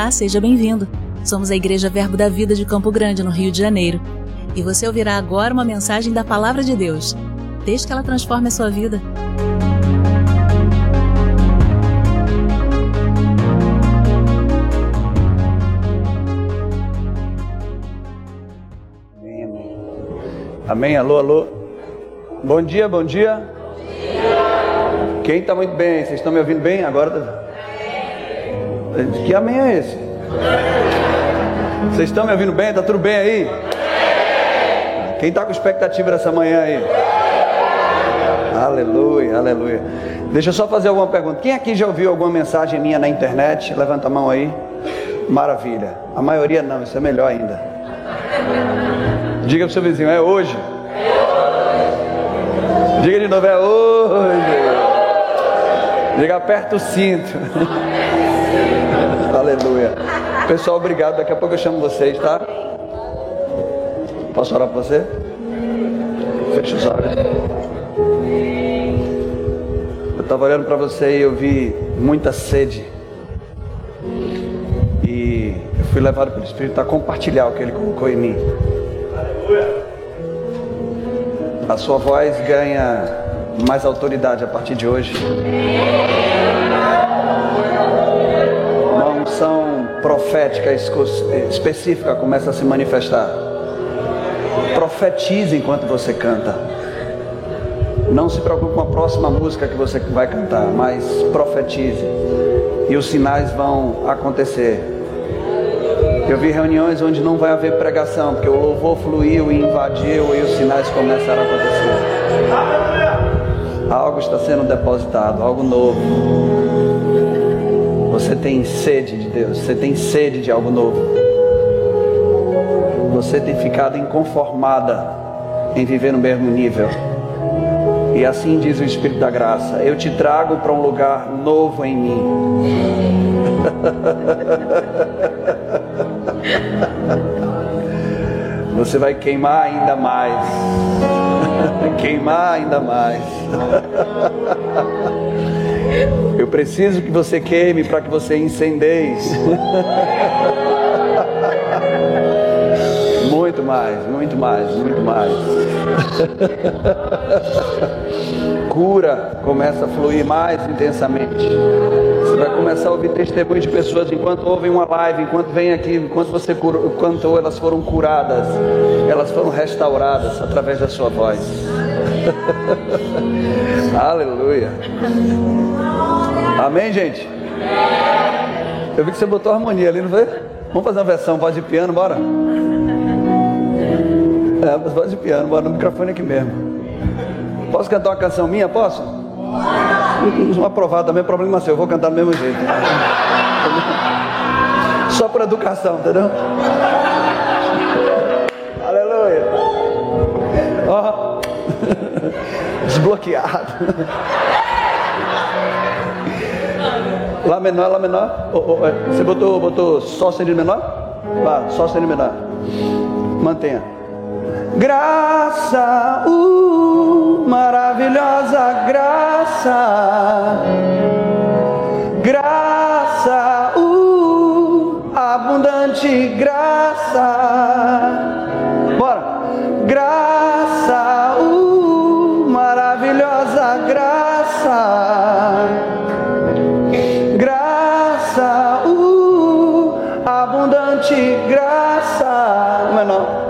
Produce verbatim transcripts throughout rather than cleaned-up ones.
Olá, seja bem-vindo. Somos a Igreja Verbo da Vida de Campo Grande, no Rio de Janeiro. E você ouvirá agora uma mensagem da Palavra de Deus. Desde que ela transforme a sua vida. Amém, amém. Amém, alô, alô. Bom dia, bom dia. Bom dia. Quem está muito bem? Vocês estão me ouvindo bem agora? Que amém é esse? Vocês estão me ouvindo bem? Está tudo bem aí? Quem está com expectativa dessa manhã aí? Aleluia, aleluia. Deixa eu só fazer alguma pergunta. Quem aqui já ouviu alguma mensagem minha na internet? Levanta a mão aí. Maravilha. A maioria não, isso é melhor ainda. Diga para o seu vizinho, é hoje. Diga de novo, é hoje. Diga, aperta o cinto. Aleluia. Pessoal, obrigado. Daqui a pouco eu chamo vocês, tá? Posso orar por você? Fecha os olhos. Eu estava olhando para você e eu vi muita sede. E eu fui levado pelo Espírito a compartilhar o que Ele colocou em mim. A sua voz ganha mais autoridade a partir de hoje. Uma unção profética específica começa a se manifestar. Profetize enquanto você canta. Não se preocupe com a próxima música que você vai cantar, mas profetize. E os sinais vão acontecer. Eu vi reuniões onde não vai haver pregação, porque o louvor fluiu e invadiu e os sinais começaram a acontecer. Algo está sendo depositado, algo novo. Você tem sede de Deus, você tem sede de algo novo. Você tem ficado inconformada em viver no mesmo nível. E assim diz o Espírito da Graça: eu te trago para um lugar novo em mim. Você vai queimar ainda mais. Queimar ainda mais. Eu preciso que você queime para que você incendeie. Muito mais, muito mais, muito mais. Cura começa a fluir mais intensamente. Você vai começar a ouvir testemunhos de pessoas enquanto ouvem uma live, enquanto vem aqui, enquanto você curou, enquanto elas foram curadas, elas foram restauradas através da sua voz. Aleluia. Amém, gente? Eu vi que você botou harmonia ali, não foi? Vamos fazer uma versão voz de piano, bora? É, voz de piano, bora no microfone aqui mesmo. Posso cantar uma canção minha? Posso? Não aprovado também, problema seu, eu vou cantar do mesmo jeito. Só por educação, entendeu? Aleluia. Ó, desbloqueado. Lá menor, lá menor. Oh, oh, você botou, botou Sol sustenido menor? Vá, Sol sustenido menor. Mantenha. Graça, uh, maravilhosa graça. Graça, uh, abundante graça. Bora. Graça, uh, maravilhosa graça. Graça, uh, abundante graça. Menor.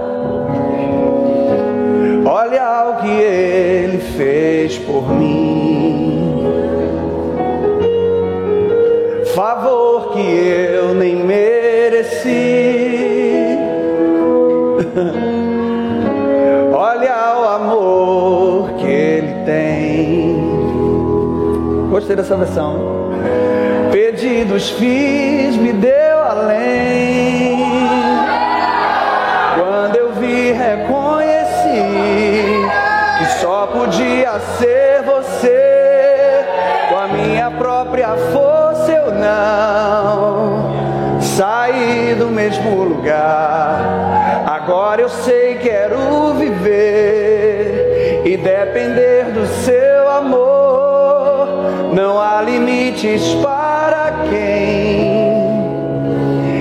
Olha o que Ele fez por mim, favor que eu nem mereci. Olha o amor que Ele tem. Gostei dessa versão. Pedidos fiz, me deu além. Quando eu vi, reconheci que só podia ser você. Com a minha própria força eu não saí do mesmo lugar. Agora eu sei, quero viver e depender do seu amor. Não há limites para quem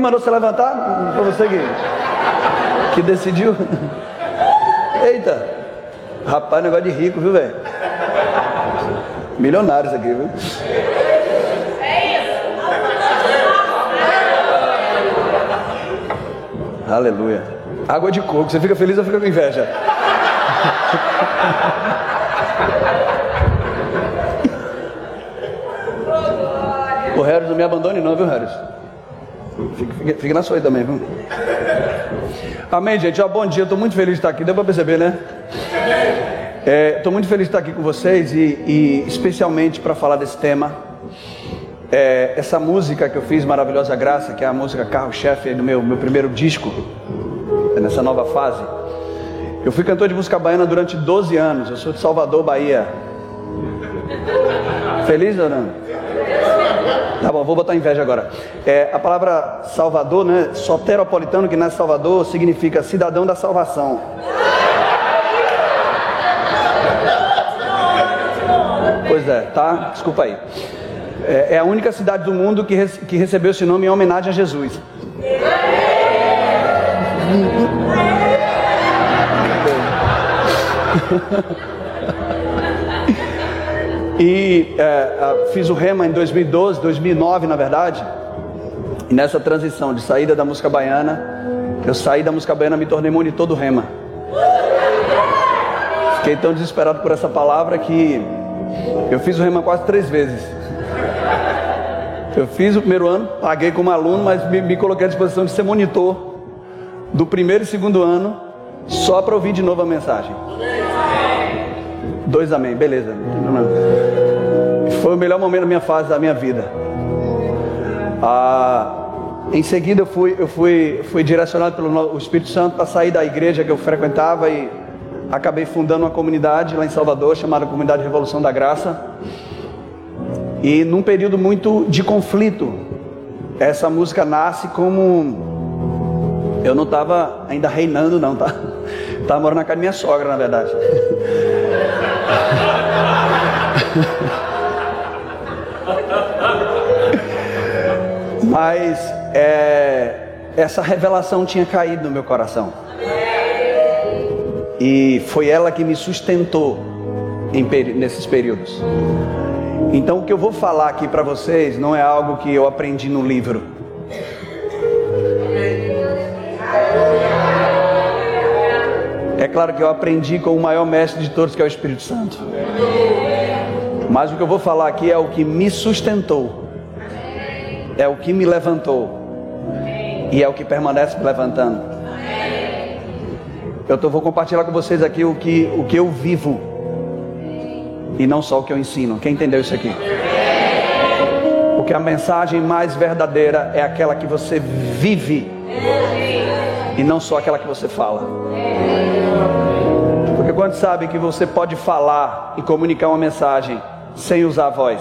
mandou você levantar? Foi você que, que decidiu? Eita, rapaz, negócio de rico, viu, velho? Milionários aqui, viu? Aleluia. Água de coco, você fica feliz ou fica com inveja? O Harris, não me abandone não, viu, Harris? Fique, fique, fique na sua aí também, viu? Amém, gente. Ó, bom dia, estou muito feliz de estar aqui. Deu para perceber, né? Estou é, muito feliz de estar aqui com vocês e, e especialmente para falar desse tema. É, essa música que eu fiz, Maravilhosa Graça, que é a música carro-chefe do meu, meu primeiro disco, nessa nova fase. Eu fui cantor de música baiana durante doze anos. Eu sou de Salvador, Bahia. Feliz, Orlando? Tá bom, vou botar inveja agora. É, a palavra Salvador, né, soteropolitano, que nasce Salvador, significa cidadão da salvação. Pois é, tá? Desculpa aí. É, é a única cidade do mundo que, rece- que recebeu esse nome em homenagem a Jesus. E é, fiz o Rema em dois mil e doze, dois mil e nove na verdade. E nessa transição de saída da música baiana, eu saí da música baiana e me tornei monitor do Rema. Fiquei tão desesperado por essa palavra que eu fiz o Rema quase três vezes. Eu fiz o primeiro ano, paguei como aluno, mas me, me coloquei à disposição de ser monitor do primeiro e segundo ano, só para ouvir de novo a mensagem. Dois amém, beleza. Foi o melhor momento da minha fase, da minha vida. Ah, em seguida eu fui, eu fui, fui direcionado pelo Espírito Santo para sair da igreja que eu frequentava e acabei fundando uma comunidade lá em Salvador, chamada Comunidade Revolução da Graça. E num período muito de conflito, essa música nasce como... Eu não estava ainda reinando não, tá? Estava morando na casa da minha sogra, na verdade. Mas é, essa revelação tinha caído no meu coração. E foi ela que me sustentou em, nesses períodos. Então o que eu vou falar aqui para vocês não é algo que eu aprendi no livro. É claro que eu aprendi com o maior mestre de todos, que é o Espírito Santo. Mas o que eu vou falar aqui é o que me sustentou, é o que me levantou e é o que permanece me levantando. Eu tô, vou compartilhar com vocês aqui o que, o que eu vivo e não só o que eu ensino. Quem entendeu isso aqui? Porque a mensagem mais verdadeira é aquela que você vive e não só aquela que você fala. Porque quando sabe que você pode falar e comunicar uma mensagem sem usar a voz.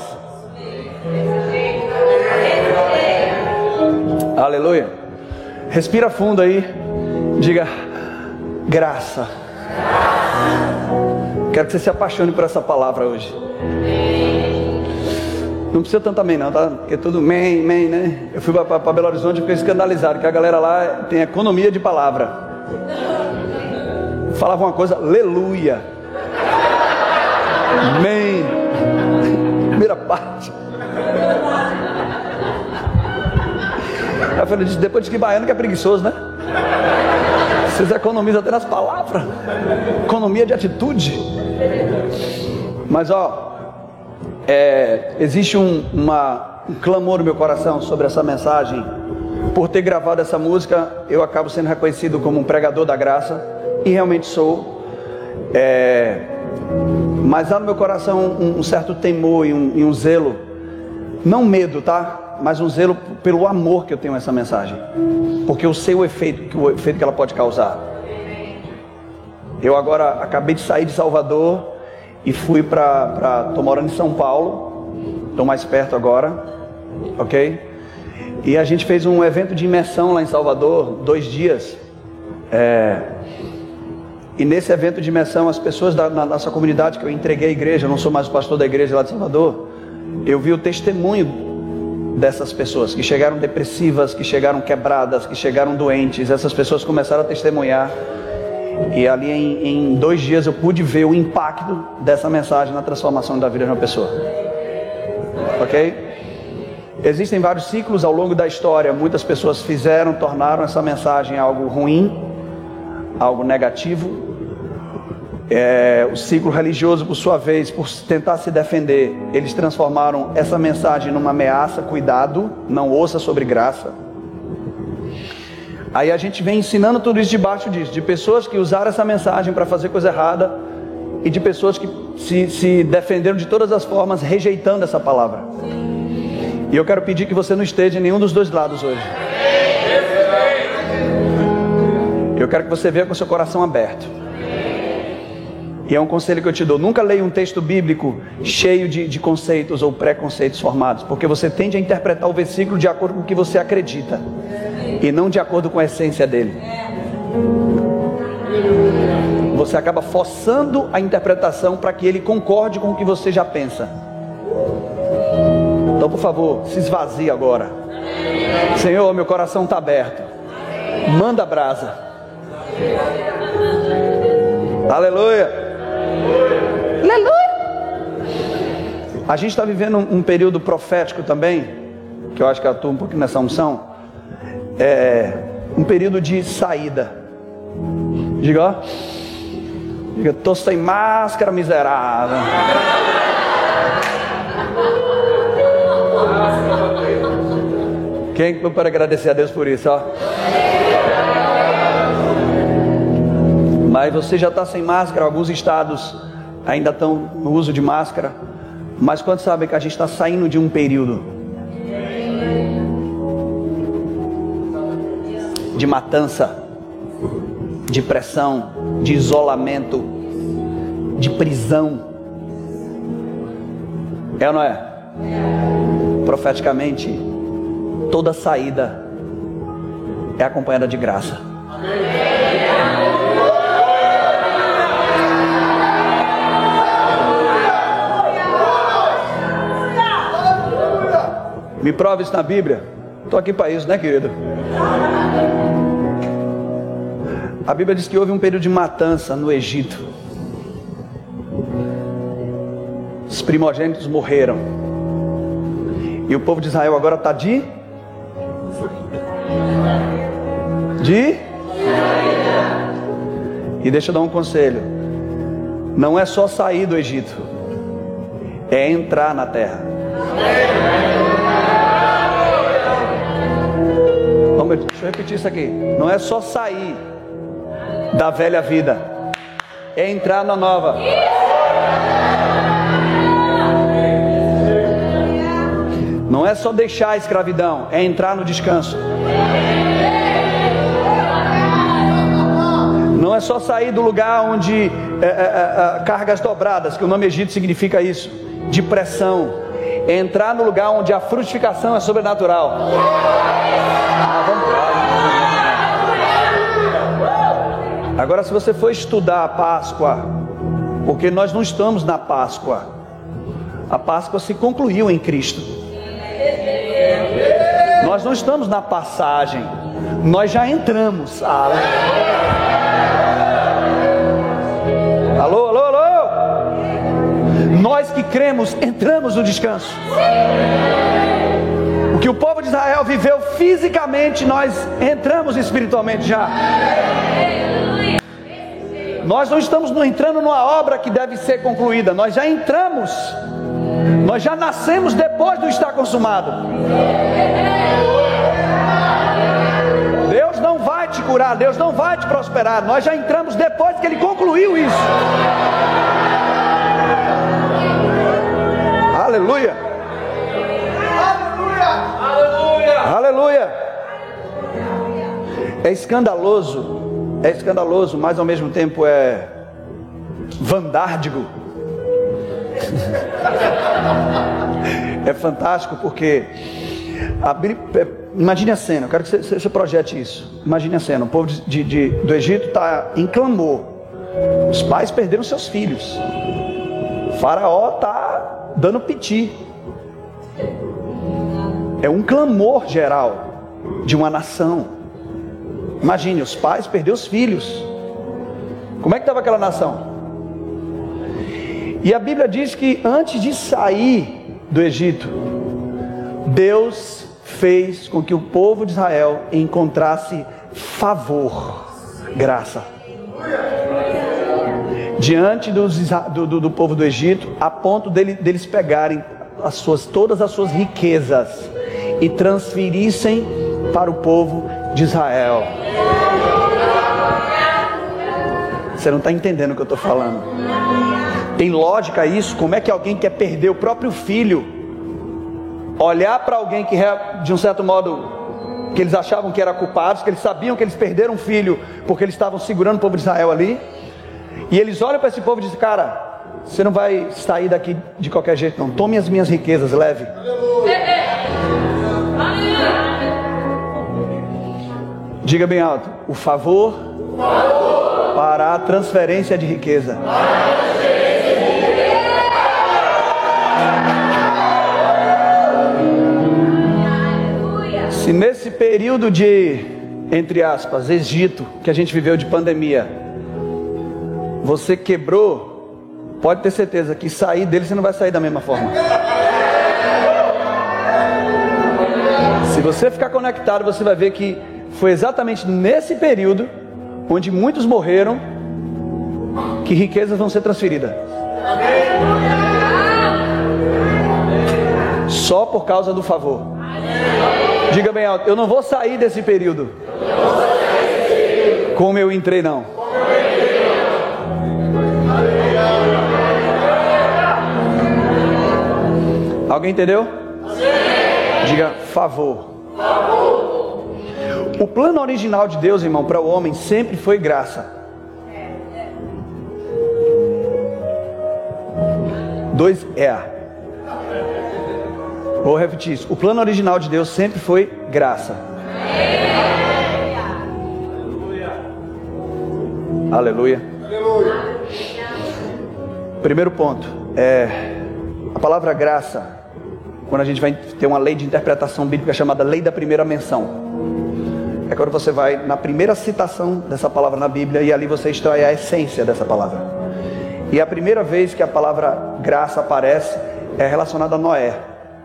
Aleluia. Respira fundo aí. Diga graça. Quero que você se apaixone por essa palavra hoje. Não precisa tanto também não, tá? Porque tudo man, man, né? Eu fui para Belo Horizonte e fiquei escandalizado, que a galera lá tem economia de palavra. Falava uma coisa, aleluia. Man. Primeira parte. Eu falei, depois de que baiano que é preguiçoso, né? Vocês economizam até nas palavras. Economia de atitude. Mas ó, é, existe um, uma, um clamor no meu coração sobre essa mensagem. Por ter gravado essa música, eu acabo sendo reconhecido como um pregador da graça. E realmente sou. É, mas há no meu coração um, um certo temor e um, e um zelo. Não medo, tá? Mas um zelo pelo amor que eu tenho a essa mensagem. Porque eu sei o efeito que, o efeito que ela pode causar. Eu agora acabei de sair de Salvador e fui para... Estou morando em São Paulo. Estou mais perto agora. Ok? E a gente fez um evento de imersão lá em Salvador, dois dias. É, e nesse evento de imersão, as pessoas da na nossa comunidade, que eu entreguei à igreja, eu não sou mais o pastor da igreja lá de Salvador, eu vi o testemunho dessas pessoas que chegaram depressivas, que chegaram quebradas, que chegaram doentes. Essas pessoas começaram a testemunhar, e ali em, em dois dias eu pude ver o impacto dessa mensagem na transformação da vida de uma pessoa. Ok? Existem vários ciclos ao longo da história. Muitas pessoas fizeram, tornaram essa mensagem algo ruim, algo negativo. É, o ciclo religioso, por sua vez, por tentar se defender, eles transformaram essa mensagem numa ameaça. Cuidado, não ouça sobre graça. Aí a gente vem ensinando tudo isso debaixo disso, de pessoas que usaram essa mensagem para fazer coisa errada, e de pessoas que se, se defenderam de todas as formas, rejeitando essa palavra. E eu quero pedir que você não esteja em nenhum dos dois lados hoje. Eu quero que você venha com seu coração aberto. E é um conselho que eu te dou: nunca leia um texto bíblico cheio de, de conceitos ou preconceitos formados, porque você tende a interpretar o versículo de acordo com o que você acredita, e não de acordo com a essência dele. Você acaba forçando a interpretação para que ele concorde com o que você já pensa. Então, por favor, se esvazie agora. Senhor, meu coração está aberto. Manda brasa. Aleluia. Aleluia. A gente está vivendo um, um período profético também, que eu acho que atua um pouquinho nessa unção. É um período de saída. Diga, ó. Diga, tô sem máscara, miserável. Quem pode agradecer a Deus por isso, ó? Mas você já está sem máscara. Alguns estados ainda estão no uso de máscara. Mas quantos sabem que a gente está saindo de um período de matança, de pressão, de isolamento, de prisão? É ou não é? Profeticamente, toda saída é acompanhada de graça. Me prova isso na Bíblia. Estou aqui para isso, né, querido? A Bíblia diz que houve um período de matança no Egito. Os primogênitos morreram. E o povo de Israel agora está de... De... E deixa eu dar um conselho. Não é só sair do Egito, é entrar na terra. Vamos, deixa eu repetir isso aqui. Não é só sair da velha vida, é entrar na nova. Não é só deixar a escravidão, é entrar no descanso. Não é só sair do lugar onde é, é, é, cargas dobradas, que o nome Egito significa isso, de pressão. É entrar no lugar onde a frutificação é sobrenatural. Ah, vamos lá. Agora, se você for estudar a Páscoa, porque nós não estamos na Páscoa, a Páscoa se concluiu em Cristo. Nós não estamos na passagem, nós já entramos. Ah, alô, alô, alô. Nós que cremos, entramos no descanso. O que o povo de Israel viveu fisicamente, nós entramos espiritualmente já. Nós não estamos entrando numa obra que deve ser concluída, nós já entramos. Nós já nascemos depois do estar consumado. Deus não vai te curar, Deus não vai te prosperar. Nós já entramos depois que Ele concluiu isso. Aleluia. Aleluia. Aleluia. É escandaloso, é escandaloso, mas ao mesmo tempo é vandárdigo. É fantástico porque a, imagine a cena. Eu quero que você, você projete isso. Imagine a cena. O povo de, de, de, do Egito está em clamor. Os pais perderam seus filhos. O faraó está dando piti. É um clamor geral de uma nação. Imagine, os pais perderam os filhos. Como é que estava aquela nação? E a Bíblia diz que antes de sair do Egito, Deus fez com que o povo de Israel encontrasse favor, graça. Diante dos, do, do, do povo do Egito, a ponto dele, deles pegarem as suas, todas as suas riquezas e transferissem para o povo de Israel. Você não está entendendo o que eu estou falando. Tem lógica isso? Como é que alguém quer perder o próprio filho, olhar para alguém que de um certo modo, que eles achavam que era culpados, que eles sabiam que eles perderam um filho, porque eles estavam segurando o povo de Israel ali, e eles olham para esse povo e dizem: cara, você não vai sair daqui de qualquer jeito não, tome as minhas riquezas, leve. Diga bem alto: o favor, o favor para a transferência de riqueza. Se nesse período de, entre aspas, Egito, que a gente viveu de pandemia, você quebrou, pode ter certeza que sair dele você não vai sair da mesma forma. Se você ficar conectado, você vai ver que foi exatamente nesse período onde muitos morreram que riquezas vão ser transferidas. Só por causa do favor. Diga bem alto: eu não vou sair desse período como eu entrei não. Alguém entendeu? Diga favor. O plano original de Deus, irmão, para o homem sempre foi graça. Dois é. Vou repetir isso. O plano original de Deus sempre foi graça. Aleluia. Aleluia. Primeiro ponto é a palavra graça. Quando a gente vai ter uma lei de interpretação bíblica chamada lei da primeira menção, é quando você vai na primeira citação dessa palavra na Bíblia e ali você extrai a essência dessa palavra. E a primeira vez que a palavra graça aparece é relacionada a Noé.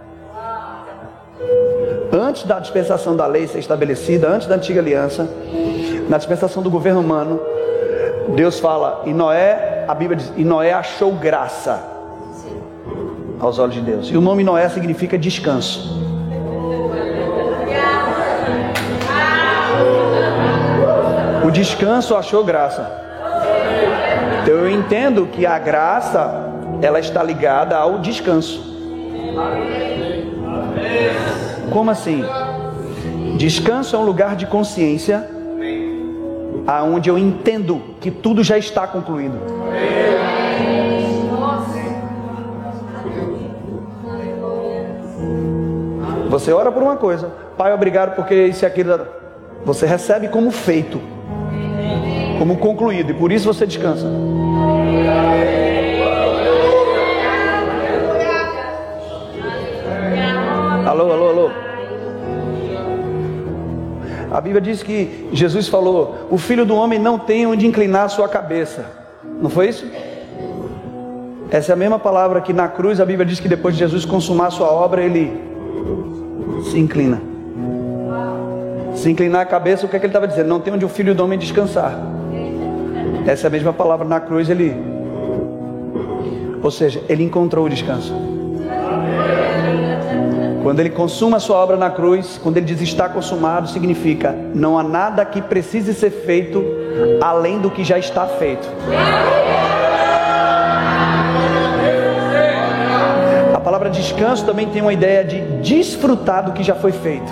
Antes da dispensação da lei ser estabelecida, antes da antiga aliança, na dispensação do governo humano, Deus fala, e Noé, a Bíblia diz, e Noé achou graça aos olhos de Deus. E o nome Noé significa descanso. O descanso achou graça. Então eu entendo que a graça, ela está ligada ao descanso. Como assim? Descanso é um lugar de consciência aonde eu entendo que tudo já está concluído. Você ora por uma coisa: Pai, obrigado porque isso e aquilo. Você recebe como feito, como concluído, e por isso você descansa. Alô, alô, alô. A Bíblia diz que Jesus falou: o Filho do Homem não tem onde inclinar a sua cabeça. Não foi isso? Essa é a mesma palavra que na cruz a Bíblia diz que depois de Jesus consumar a sua obra, ele se inclina. Se inclinar a cabeça, o que é que ele estava dizendo? Não tem onde o Filho do Homem descansar. Essa é a mesma palavra. Na cruz ele, ou seja, ele encontrou o descanso. Quando ele consuma a sua obra na cruz, quando ele diz está consumado, significa não há nada que precise ser feito além do que já está feito. A palavra descanso também tem uma ideia de desfrutar do que já foi feito.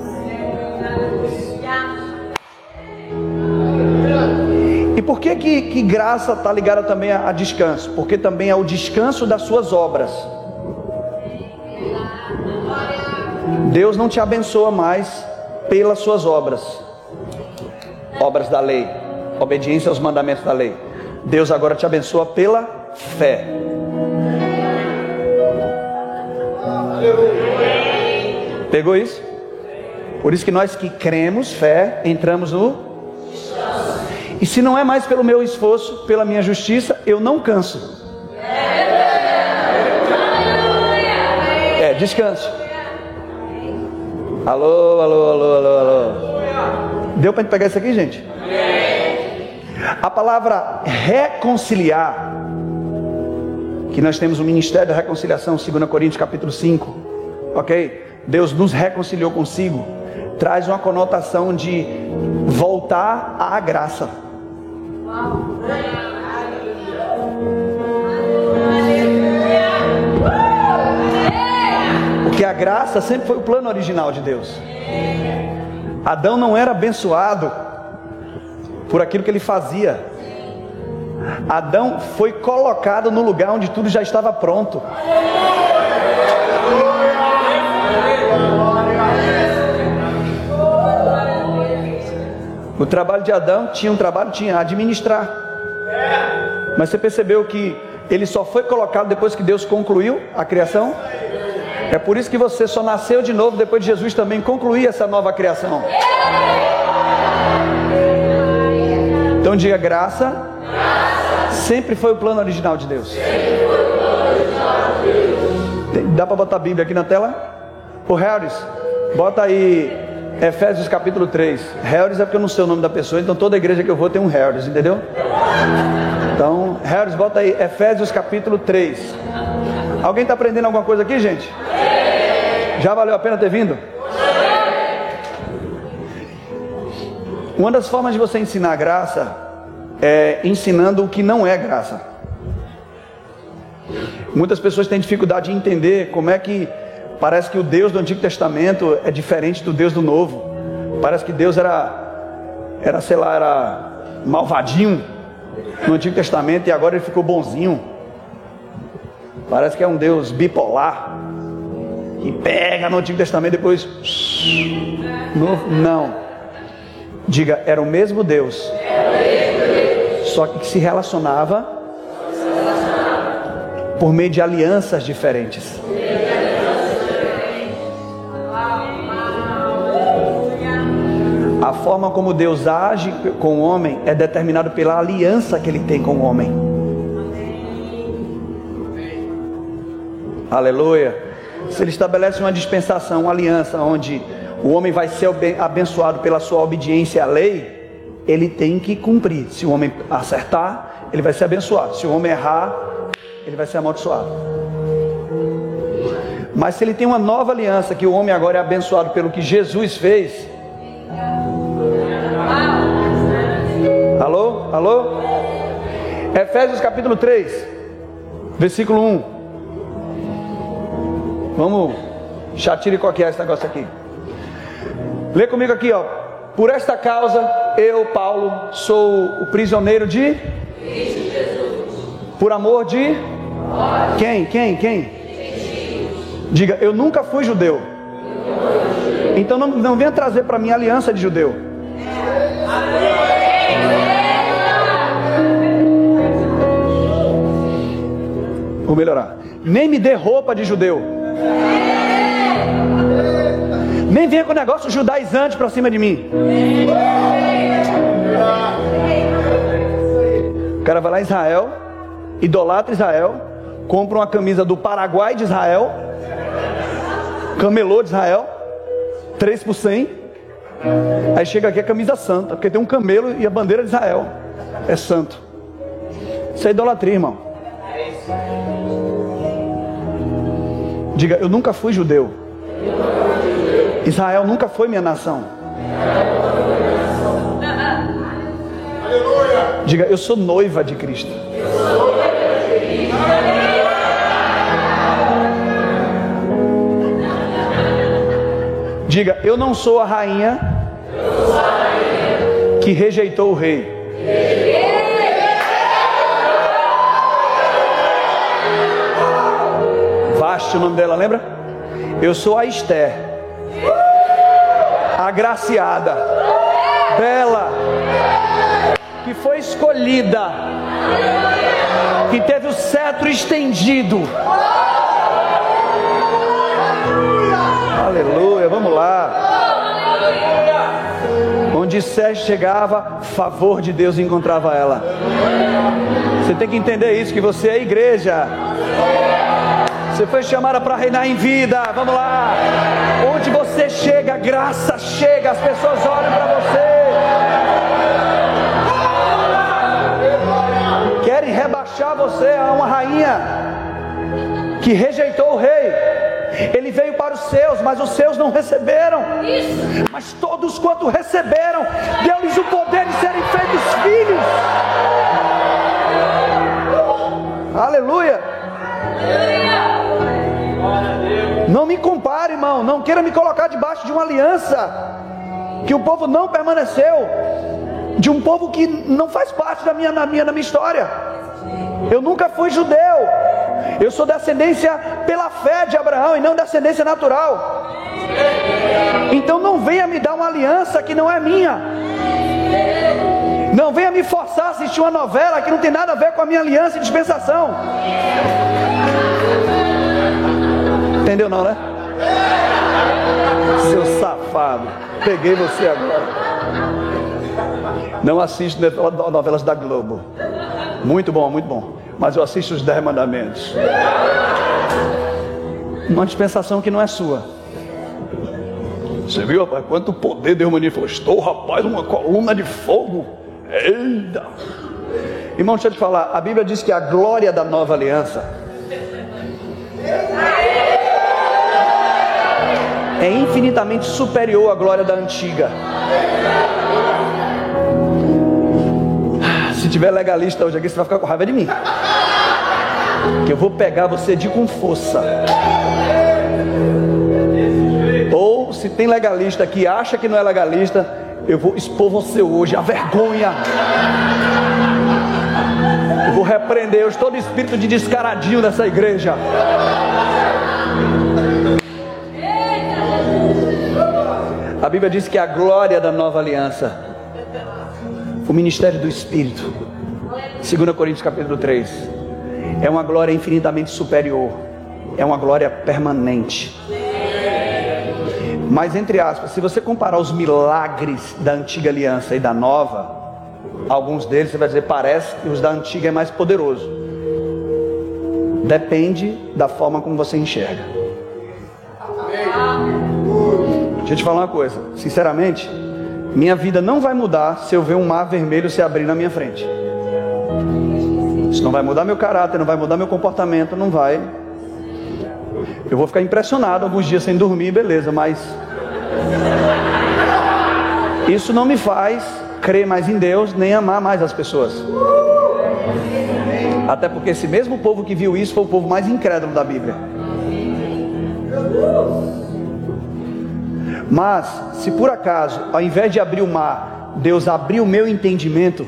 E por que que, que graça está ligada também a, a descanso? Porque também é o descanso das suas obras. Deus não te abençoa mais pelas suas obras, obras da lei, obediência aos mandamentos da lei. Deus agora te abençoa pela fé. Pegou isso? Por isso que nós que cremos, fé, entramos no... E se não é mais pelo meu esforço, pela minha justiça, eu não canso. É, descanso. Alô, alô, alô, alô, alô. Deu para gente pegar isso aqui, gente? A palavra reconciliar, que nós temos o ministério da reconciliação, dois Coríntios capítulo cinco, ok? Deus nos reconciliou consigo, traz uma conotação de voltar à graça. Porque a graça sempre foi o plano original de Deus. Adão não era abençoado por aquilo que ele fazia. Adão foi colocado no lugar onde tudo já estava pronto. O trabalho de Adão tinha um trabalho, tinha administrar. Mas você percebeu que ele só foi colocado depois que Deus concluiu a criação? É por isso que você só nasceu de novo depois de Jesus também concluir essa nova criação. Então diga: graça sempre foi o plano original de Deus. Dá para botar a Bíblia aqui na tela? O Harris, bota aí Efésios capítulo três. Harris é porque eu não sei o nome da pessoa, então toda igreja que eu vou tem um Harris, entendeu? Então, Harris, bota aí Efésios capítulo três. Alguém está aprendendo alguma coisa aqui, gente? Já valeu a pena ter vindo? Uma das formas de você ensinar a graça é ensinando o que não é graça. Muitas pessoas têm dificuldade de entender como é que parece que o Deus do Antigo Testamento é diferente do Deus do Novo. Parece que Deus era, era sei lá, era malvadinho no Antigo Testamento e agora ele ficou bonzinho. Parece que é um Deus bipolar, que pega no Antigo Testamento e depois... Novo. Não. Diga: era o mesmo Deus, só que se relacionava por meio de alianças diferentes. A forma como Deus age com o homem é determinado pela aliança que ele tem com o homem. Aleluia. Se ele estabelece uma dispensação, uma aliança, onde o homem vai ser abençoado pela sua obediência à lei, ele tem que cumprir. Se o homem acertar, ele vai ser abençoado. Se o homem errar, ele vai ser amaldiçoado. Mas se ele tem uma nova aliança, que o homem agora é abençoado pelo que Jesus fez. Alô? Alô? Efésios capítulo três, versículo um. Vamos chatiricoquear esse negócio aqui. Lê comigo aqui, ó. Por esta causa, eu, Paulo, sou o prisioneiro de Cristo Jesus. Por amor de quem? Quem? Quem? Diga: eu nunca fui judeu. Então não, não venha trazer para mim aliança de judeu. Vou melhorar. Nem me dê roupa de judeu. Nem venha com o negócio judaizante para cima de mim. O cara vai lá em Israel, idolatra Israel, compra uma camisa do Paraguai de Israel, camelô de Israel, três por cem. Aí chega aqui a camisa santa, porque tem um camelo e a bandeira de Israel é santo. Isso é idolatria, irmão. Diga: eu nunca fui judeu. Israel nunca foi minha nação. Diga: eu sou noiva de Cristo. Diga: eu não sou a rainha que rejeitou o rei. Vaste o nome dela, lembra? Eu sou a Esther, agraciada, bela, que foi escolhida, que teve o cetro estendido. Aleluia. Aleluia, vamos lá. Onde Sérgio chegava, favor de Deus encontrava ela. Você tem que entender isso, que você é igreja. Você foi chamada para reinar em vida. Vamos lá. Onde você chega, graça chega. As pessoas olham para você. Querem rebaixar você a uma rainha que rejeitou o rei. Ele veio para os seus, mas os seus não receberam. Mas todos quanto receberam, deu-lhes o poder de serem feitos filhos. Aleluia. Não me compare, irmão. Não queira me colocar debaixo de uma aliança que o povo não permaneceu, de um povo que não faz parte da minha, da minha, da minha história. Eu nunca fui judeu. Eu sou descendência pela fé de Abraão e não descendência natural. Então não venha me dar uma aliança que não é minha. Não venha me forçar a assistir uma novela que não tem nada a ver com a minha aliança e dispensação. Entendeu não, né? Seu safado. Peguei você agora. Não assisto novelas da Globo. Muito bom, muito bom. Mas eu assisto os dez mandamentos. Uma dispensação que não é sua. Você viu, rapaz, quanto poder Deus manifestou, rapaz, uma coluna de fogo. Eita! Irmão, deixa eu te falar, a Bíblia diz que a glória da nova aliança é infinitamente superior à glória da antiga. Se tiver legalista hoje aqui, você vai ficar com raiva de mim, que eu vou pegar você de com força. Ou se tem legalista que acha que não é legalista, eu vou expor você hoje, a vergonha. Eu vou repreender hoje todo espírito de descaradinho dessa igreja. A Bíblia diz que a glória da nova aliança, o ministério do Espírito, segunda Coríntios capítulo três, é uma glória infinitamente superior, é uma glória permanente. Mas entre aspas, se você comparar os milagres da antiga aliança e da nova, alguns deles você vai dizer, parece que os da antiga é mais poderoso. Depende da forma como você enxerga. Deixa eu te falar uma coisa, sinceramente, minha vida não vai mudar se eu ver um mar vermelho se abrir na minha frente. Isso não vai mudar meu caráter, não vai mudar meu comportamento, não vai. Eu vou ficar impressionado alguns dias sem dormir, beleza, mas isso não me faz crer mais em Deus, nem amar mais as pessoas. Até porque esse mesmo povo que viu isso foi o povo mais incrédulo da Bíblia. Mas, se por acaso, ao invés de abrir o mar, Deus abriu o meu entendimento,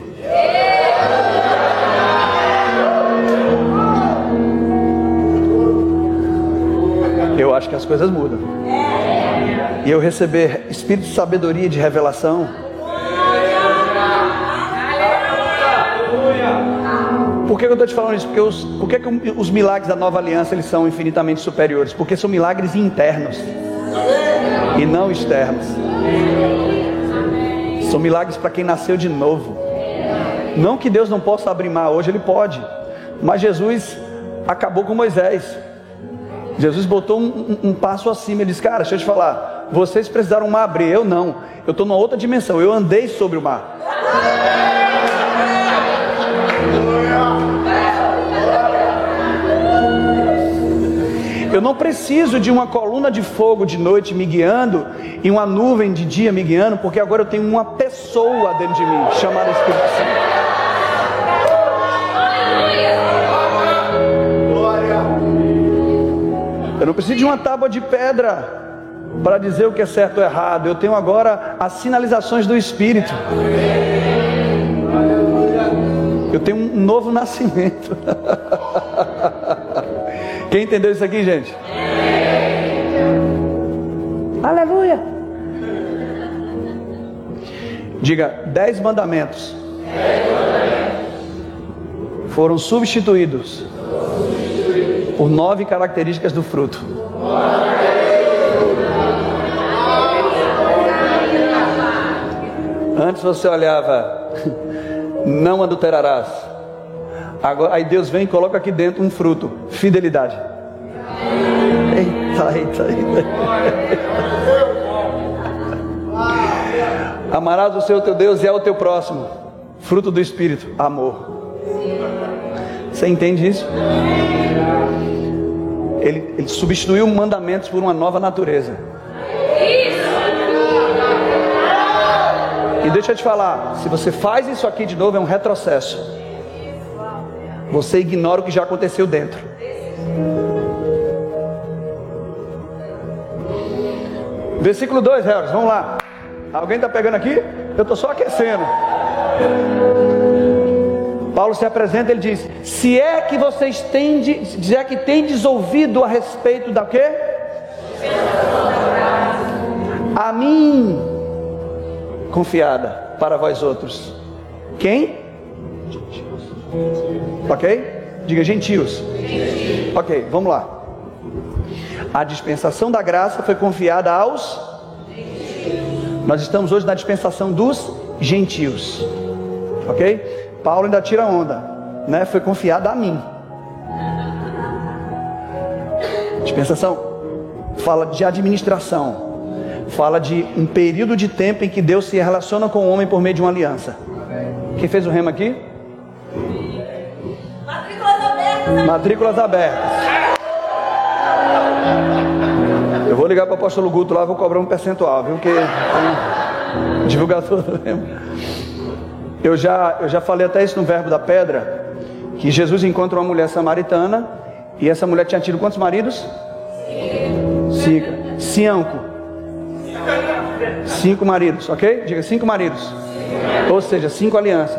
eu acho que as coisas mudam. E eu receber espírito de sabedoria e de revelação. Por que eu estou te falando isso? Porque os, por que, que os milagres da nova aliança eles são infinitamente superiores? Porque são milagres internos e não externos. São milagres para quem nasceu de novo. Não que Deus não possa abrir mar, hoje Ele pode. Mas Jesus acabou com Moisés. Jesus botou um, um, um passo acima. Ele disse, cara, deixa eu te falar, vocês precisaram mar abrir, eu não. Eu estou numa outra dimensão, eu andei sobre o mar. Eu não preciso de uma coluna de fogo de noite me guiando e uma nuvem de dia me guiando, porque agora eu tenho uma pessoa dentro de mim, chamada Espírito Santo. Eu não preciso de uma tábua de pedra para dizer o que é certo ou errado. Eu tenho agora as sinalizações do Espírito. Eu tenho um novo nascimento. Quem entendeu isso aqui, gente? Aleluia. Diga, dez mandamentos foram substituídos por nove características do fruto. Antes você olhava, não adulterarás. Agora, aí Deus vem e coloca aqui dentro um fruto, fidelidade. Eita, eita, eita. Amarás o Senhor teu Deus e é o teu próximo. Fruto do Espírito, amor. Você entende isso? Ele, ele substituiu mandamentos por uma nova natureza. E deixa eu te falar, se você faz isso aqui de novo, é um retrocesso. Você ignora o que já aconteceu dentro. Versículo dois, Helgos, vamos lá. Alguém está pegando aqui? Eu estou só aquecendo. Paulo se apresenta, ele diz: se é que vocês têm, se é que tendes ouvido a respeito da quê? A mim confiada para vós outros. Quem? Ok? Diga gentios. Ok, vamos lá. A dispensação da graça foi confiada aos... Nós estamos hoje na dispensação dos gentios. Ok? Paulo ainda tira onda, né? Foi confiada a mim. Dispensação fala de administração. Fala de um período de tempo em que Deus se relaciona com o homem por meio de uma aliança. Quem fez o rema aqui? Matrículas abertas. Matrículas abertas. Eu vou ligar para o apóstolo Guto lá, vou cobrar um percentual, viu? Que é divulgador do rema. Eu já, eu já falei até isso no Verbo da Pedra, que Jesus encontra uma mulher samaritana, e essa mulher tinha tido quantos maridos? Cinco. Cinco. Cinco maridos, ok? Diga cinco maridos. Ou seja, cinco alianças.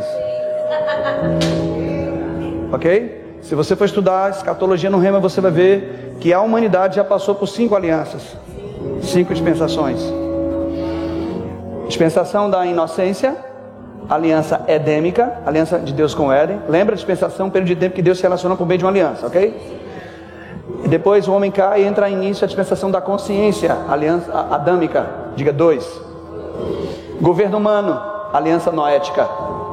Ok? Se você for estudar escatologia no rema, você vai ver que a humanidade já passou por cinco alianças. Cinco dispensações. Dispensação da inocência, aliança edêmica, aliança de Deus com o Éden. Lembra a dispensação, período de tempo que Deus se relaciona por meio de uma aliança, ok? E depois o homem cai e entra em início a dispensação da consciência, aliança adâmica, diga dois. Governo humano, aliança noética.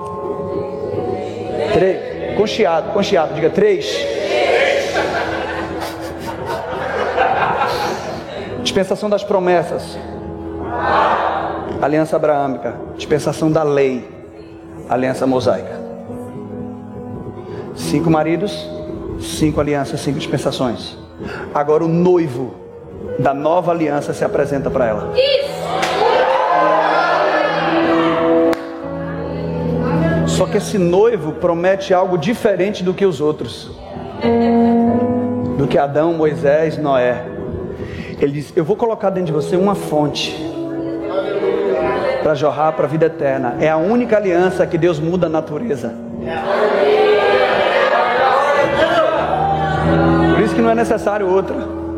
Três. Conchiado, conchiado, diga três. Dispensação das promessas, aliança abraâmica. Dispensação da lei, aliança mosaica. Cinco maridos, cinco alianças, cinco dispensações. Agora o noivo da nova aliança se apresenta para ela. Só que esse noivo promete algo diferente do que os outros, do que Adão, Moisés, Noé. Ele diz: eu vou colocar dentro de você uma fonte para jorrar para a vida eterna. É a única aliança que Deus muda a natureza. Por isso que não é necessário outra.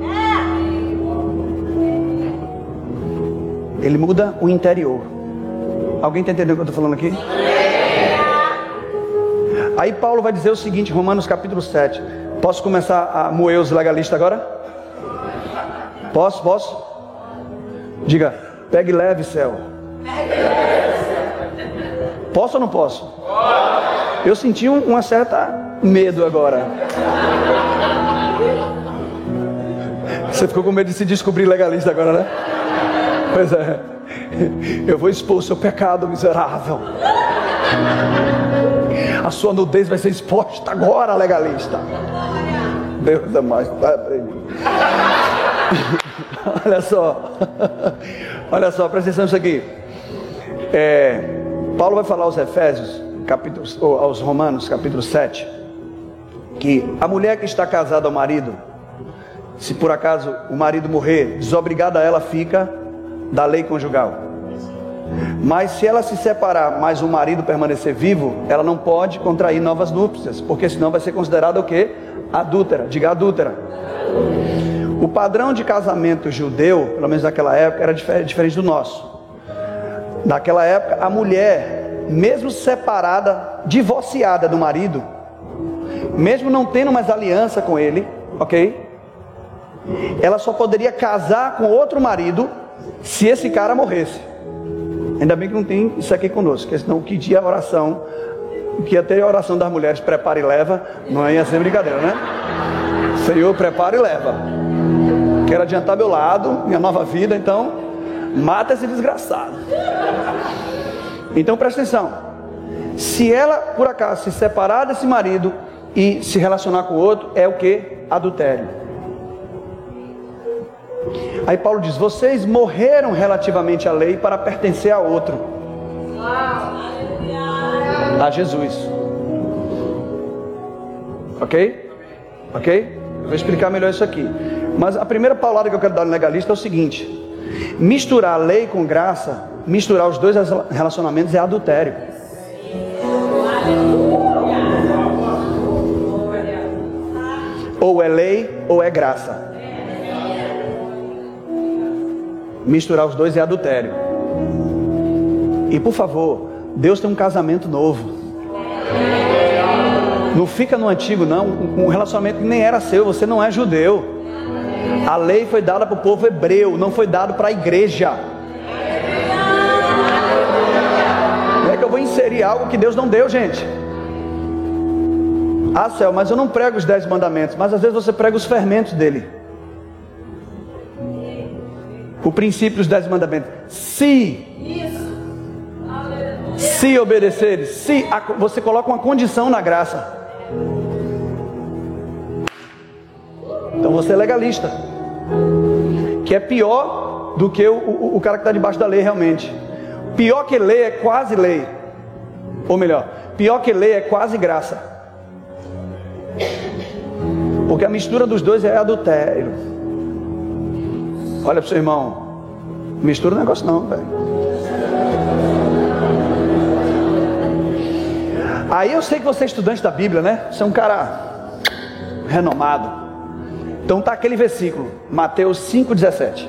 Ele muda o interior. Alguém está entendendo o que eu estou falando aqui? Aí Paulo vai dizer o seguinte, Romanos capítulo sete. Posso começar a moer os legalistas agora? Posso? Posso? Diga, pegue leve, céu. Posso ou não posso? Eu senti um, uma certa medo agora. Você ficou com medo de se descobrir legalista agora, né? Pois é. Eu vou expor o seu pecado miserável. A sua nudez vai ser exposta agora, legalista. Deus é mais. Olha só. Olha só, presta atenção nisso aqui. É, Paulo vai falar aos Efésios, capítulo, ou aos Romanos, capítulo sete, que a mulher que está casada ao marido, se por acaso o marido morrer, desobrigada ela fica da lei conjugal. Mas se ela se separar, mas o marido permanecer vivo, ela não pode contrair novas núpcias, porque senão vai ser considerada o quê? Adúltera. Diga adúltera. O padrão de casamento judeu, pelo menos naquela época, era diferente do nosso. Naquela época, a mulher, mesmo separada, divorciada do marido, mesmo não tendo mais aliança com ele, ok? Ela só poderia casar com outro marido se esse cara morresse. Ainda bem que não tem isso aqui conosco, porque senão que dia a oração, que ia ter a oração das mulheres, prepara e leva, não ia ser brincadeira, né? Senhor, prepara e leva. Quero adiantar meu lado, minha nova vida, então mata esse desgraçado. Então presta atenção. Se ela, por acaso, se separar desse marido e se relacionar com o outro, é o que? Adultério. Aí Paulo diz, vocês morreram relativamente à lei para pertencer a outro. A Jesus. Ok? Ok? Eu vou explicar melhor isso aqui. Mas a primeira paulada que eu quero dar no legalista é o seguinte: misturar a lei com graça, misturar os dois relacionamentos é adultério. Ou é lei ou é graça. Misturar os dois é adultério. E por favor, Deus tem um casamento novo. Não fica no antigo não, um relacionamento que nem era seu. Você não é judeu. A lei foi dada para o povo hebreu, não foi dado para a igreja. Não é que eu vou inserir algo que Deus não deu, gente. Ah, céu, mas eu não prego os dez mandamentos. Mas às vezes você prega os fermentos dele. O princípio dos dez mandamentos. Se Se obedeceres, se você coloca uma condição na graça. Então você é legalista, que é pior do que o, o, o cara que está debaixo da lei realmente. Pior que lei é quase lei. Ou melhor, pior que lei é quase graça. Porque a mistura dos dois é adultério. Olha para o seu irmão, mistura o negócio não, velho. Aí eu sei que você é estudante da Bíblia, né? Você é um cara renomado. Então tá aquele versículo, Mateus cinco, dezessete.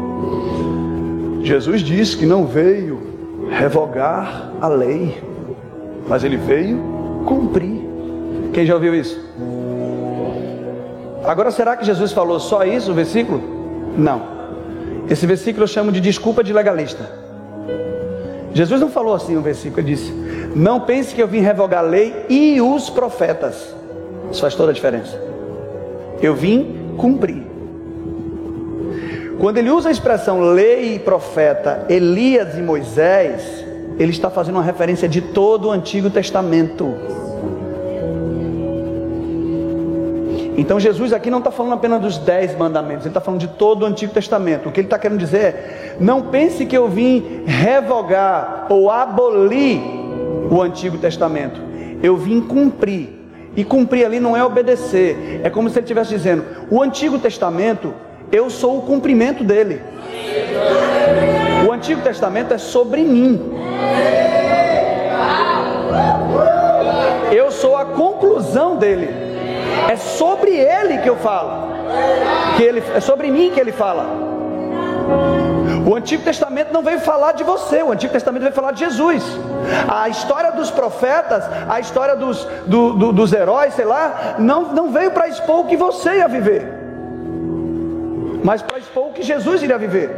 Jesus disse que não veio revogar a lei, mas ele veio cumprir. Quem já ouviu isso? Agora, será que Jesus falou só isso, o versículo? Não. Esse versículo eu chamo de desculpa de legalista. Jesus não falou assim o versículo, ele disse: não pense que eu vim revogar a lei e os profetas. Isso faz toda a diferença. Eu vim cumprir. Quando ele usa a expressão lei e profeta, Elias e Moisés, ele está fazendo uma referência de todo o Antigo Testamento. Então Jesus aqui não está falando apenas dos dez mandamentos, ele está falando de todo o Antigo Testamento. O que ele está querendo dizer é: não pense que eu vim revogar ou abolir o Antigo Testamento. Eu vim cumprir. E cumprir ali não é obedecer. É como se ele estivesse dizendo: o Antigo Testamento, eu sou o cumprimento dele. O Antigo Testamento é sobre mim. Eu sou a conclusão dele. É sobre ele que eu falo. Que ele, é sobre mim que ele fala. O Antigo Testamento não veio falar de você. O Antigo Testamento veio falar de Jesus. A história dos profetas, a história dos, do, do, dos heróis, sei lá, não, não veio para expor o que você ia viver, mas para expor o que Jesus iria viver.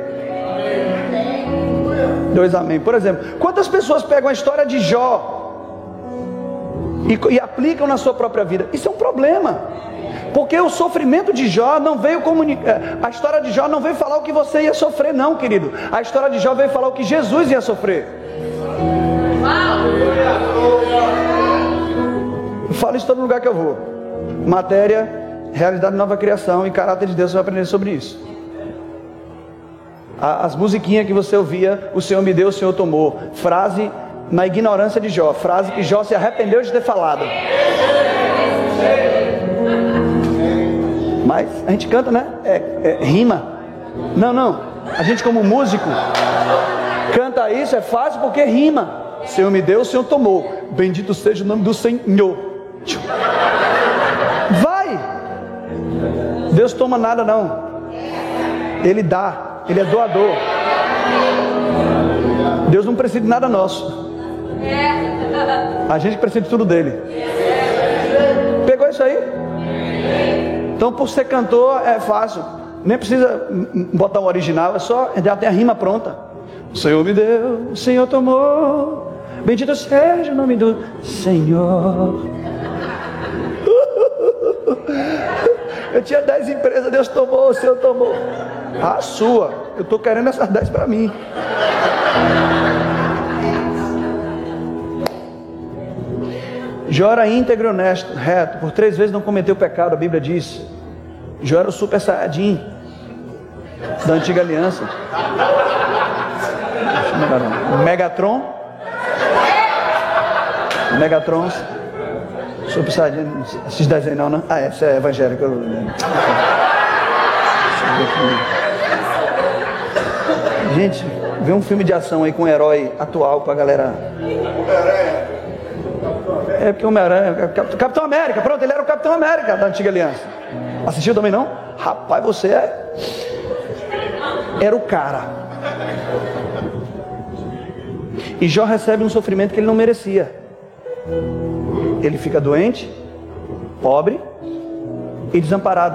Dois amém. Por exemplo, quantas pessoas pegam a história de Jó e, e aplicam na sua própria vida? Isso é um problema, porque o sofrimento de Jó não veio comunicar. A história de Jó não veio falar o que você ia sofrer, não, querido. A história de Jó veio falar o que Jesus ia sofrer. Eu falo isso em todo lugar que eu vou. Matéria, realidade, nova criação e caráter de Deus. Você vai aprender sobre isso. As musiquinhas que você ouvia: o Senhor me deu, o Senhor tomou. Frase na ignorância de Jó. Frase que Jó se arrependeu de ter falado. Mas a gente canta, né? É, é, rima. Não, não. A gente, como músico, canta isso, é fácil porque rima. O Senhor me deu, o Senhor tomou. Bendito seja o nome do Senhor. Vai. Deus toma nada não. Ele dá. Ele é doador. Deus não precisa de nada nosso. A gente precisa de tudo dele. Pegou isso aí? Então, por ser cantor é fácil. Nem precisa botar um original, é só, já tem a rima pronta. O Senhor me deu, o Senhor tomou, bendito seja o nome do Senhor. Eu tinha dez empresas, Deus tomou, o Senhor tomou. A sua, eu estou querendo essas dez para mim. Jó era íntegro e honesto, reto, por três vezes não cometeu pecado, a Bíblia diz. Jó era o super saiyajin da antiga aliança. Megatron. Megatron. Super saiyajin. Esses desenhos não, né? Ah, esse é evangélico. Gente, vê um filme de ação aí com um herói atual pra galera. É porque o Homem-Aranha, Capitão América, pronto, ele era o Capitão América da antiga aliança. Assistiu também não? Rapaz, você é... era o cara. E Jó recebe um sofrimento que ele não merecia. Ele fica doente, pobre e desamparado.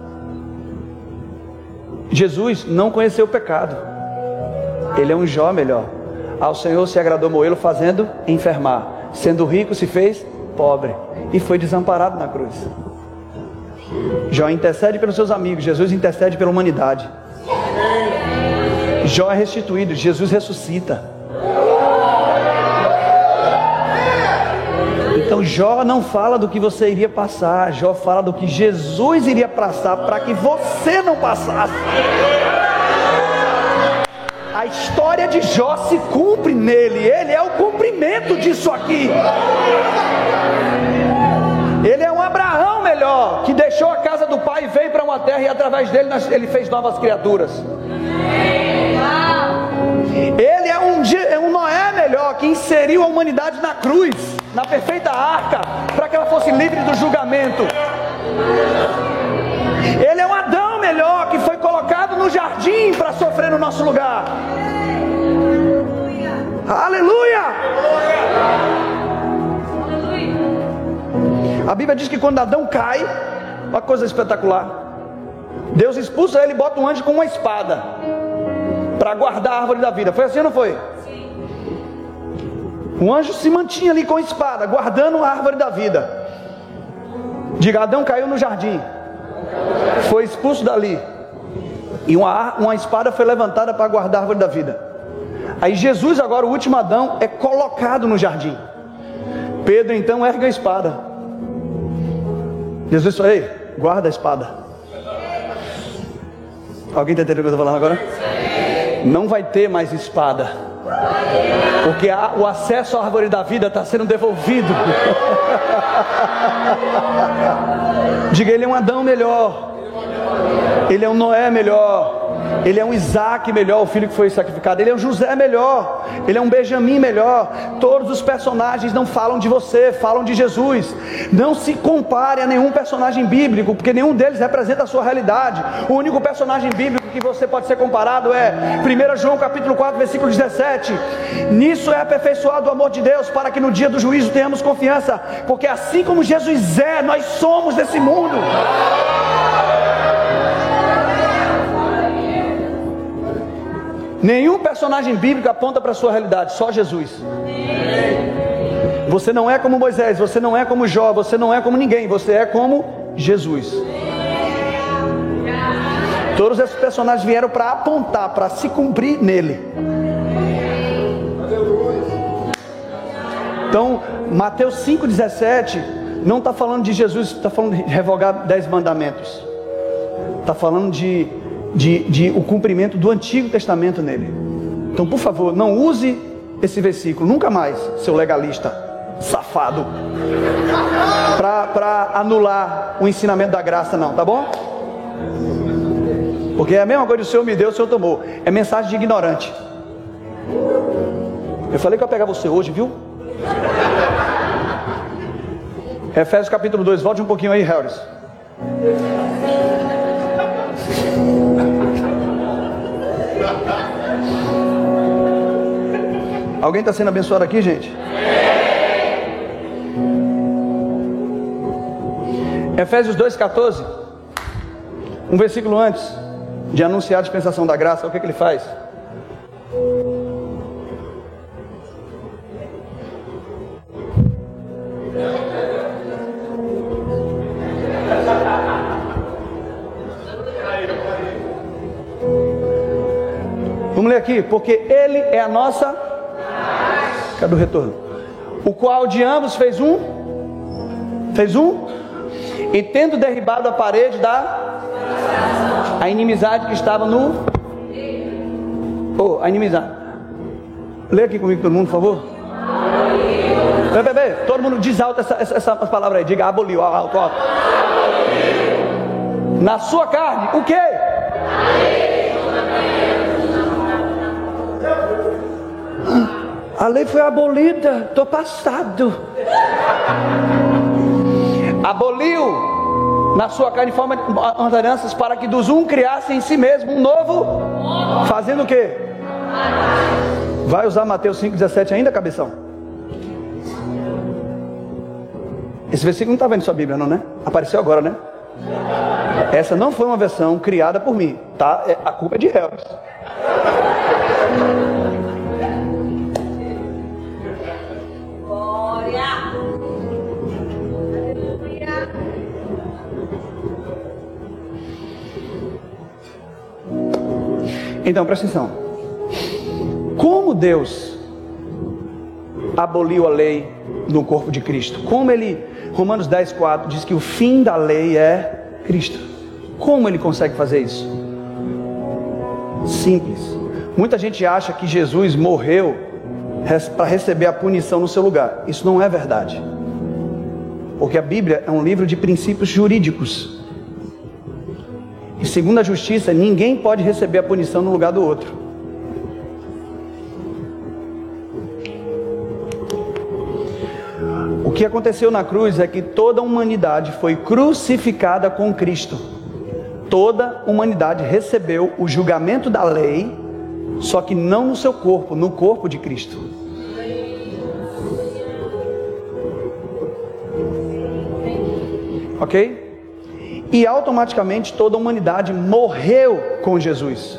Jesus não conheceu o pecado. Ele é um Jó melhor. Ao Senhor se agradou moê-lo, fazendo enfermar. Sendo rico se fez pobre e foi desamparado na cruz. Jó intercede pelos seus amigos, Jesus intercede pela humanidade. Jó é restituído, Jesus ressuscita. Então Jó não fala do que você iria passar, Jó fala do que Jesus iria passar para que você não passasse. A história de Jó se cumpre nele. Ele é o cumprimento disso aqui. Ele é um Abraão melhor, que deixou a casa do pai e veio para uma terra, e através dele ele fez novas criaturas. Ele é um, é um Noé melhor, que inseriu a humanidade na cruz, na perfeita arca, para que ela fosse livre do julgamento. Ele é um Adão melhor, que foi colocado no jardim para sofrer no nosso lugar. Aleluia! A Bíblia diz que quando Adão cai, uma coisa espetacular, Deus expulsa ele e bota um anjo com uma espada para guardar a árvore da vida. Foi assim ou não foi? Sim. O anjo se mantinha ali com a espada, guardando a árvore da vida. Diga, Adão caiu no jardim, foi expulso dali, e uma, uma espada foi levantada para guardar a árvore da vida. Aí Jesus, agora o último Adão, é colocado no jardim. Pedro então ergue a espada. Jesus falou: ei, guarda a espada. Alguém está entendendo o que eu estou falando agora? Não vai ter mais espada, porque a, o acesso à árvore da vida está sendo devolvido. Diga, ele é um Adão melhor, ele é um Noé melhor, ele é um Isaac melhor, o filho que foi sacrificado. Ele é um José melhor, ele é um Benjamim melhor. Todos os personagens não falam de você, falam de Jesus. Não se compare a nenhum personagem bíblico, porque nenhum deles representa a sua realidade. O único personagem bíblico que você pode ser comparado é primeiro João capítulo quatro, versículo dezessete. Nisso é aperfeiçoado o amor de Deus, para que no dia do juízo tenhamos confiança, porque assim como Jesus é, nós somos desse mundo. Nenhum personagem bíblico aponta para a sua realidade, só Jesus. Você não é como Moisés, você não é como Jó, você não é como ninguém, você é como Jesus. Todos esses personagens vieram para apontar, para se cumprir nele. Então, Mateus cinco, dezessete não está falando de Jesus, está falando de revogar dez mandamentos. Está falando de De, de o cumprimento do Antigo Testamento nele. Então, por favor, não use esse versículo nunca mais, seu legalista safado, para anular o ensinamento da graça, não, tá bom? Porque é a mesma coisa, o Senhor me deu, o Senhor tomou. É mensagem de ignorante. Eu falei que eu ia pegar você hoje, viu? Efésios capítulo dois, volte um pouquinho aí, Harris. Alguém está sendo abençoado aqui, gente? Efésios dois, quatorze, um versículo antes de anunciar a dispensação da graça, o que, que ele faz? Vamos ler aqui. Porque ele é a nossa... Cadê o retorno? O qual de ambos fez um? Fez um? E tendo derribado a parede da... A inimizade que estava no... Oh, a inimizade. Lê aqui comigo todo mundo, por favor. Bem, bem, bem. Todo mundo diz alto essa, essa, essa palavra aí. Diga aboliu, alto, alto. Na sua carne, o quê? A lei foi abolida. Estou passado. Aboliu na sua carne forma de ordenanças para que dos um criasse em si mesmo um novo, fazendo o quê? Vai usar Mateus cinco, dezessete ainda, cabeção? Esse versículo não está vendo sua Bíblia não, né? Apareceu agora, né? Essa não foi uma versão criada por mim, tá? A culpa é de Helps. Então, presta atenção. Como Deus aboliu a lei no corpo de Cristo? Como ele, Romanos dez, quatro diz que o fim da lei é Cristo. Como ele consegue fazer isso? Simples. Muita gente acha que Jesus morreu para receber a punição no seu lugar. Isso não é verdade. Porque a Bíblia é um livro de princípios jurídicos. E segundo a justiça, ninguém pode receber a punição no lugar do outro. O que aconteceu na cruz é que toda a humanidade foi crucificada com Cristo. Toda a humanidade recebeu o julgamento da lei, só que não no seu corpo, no corpo de Cristo. Ok? E automaticamente toda a humanidade morreu com Jesus.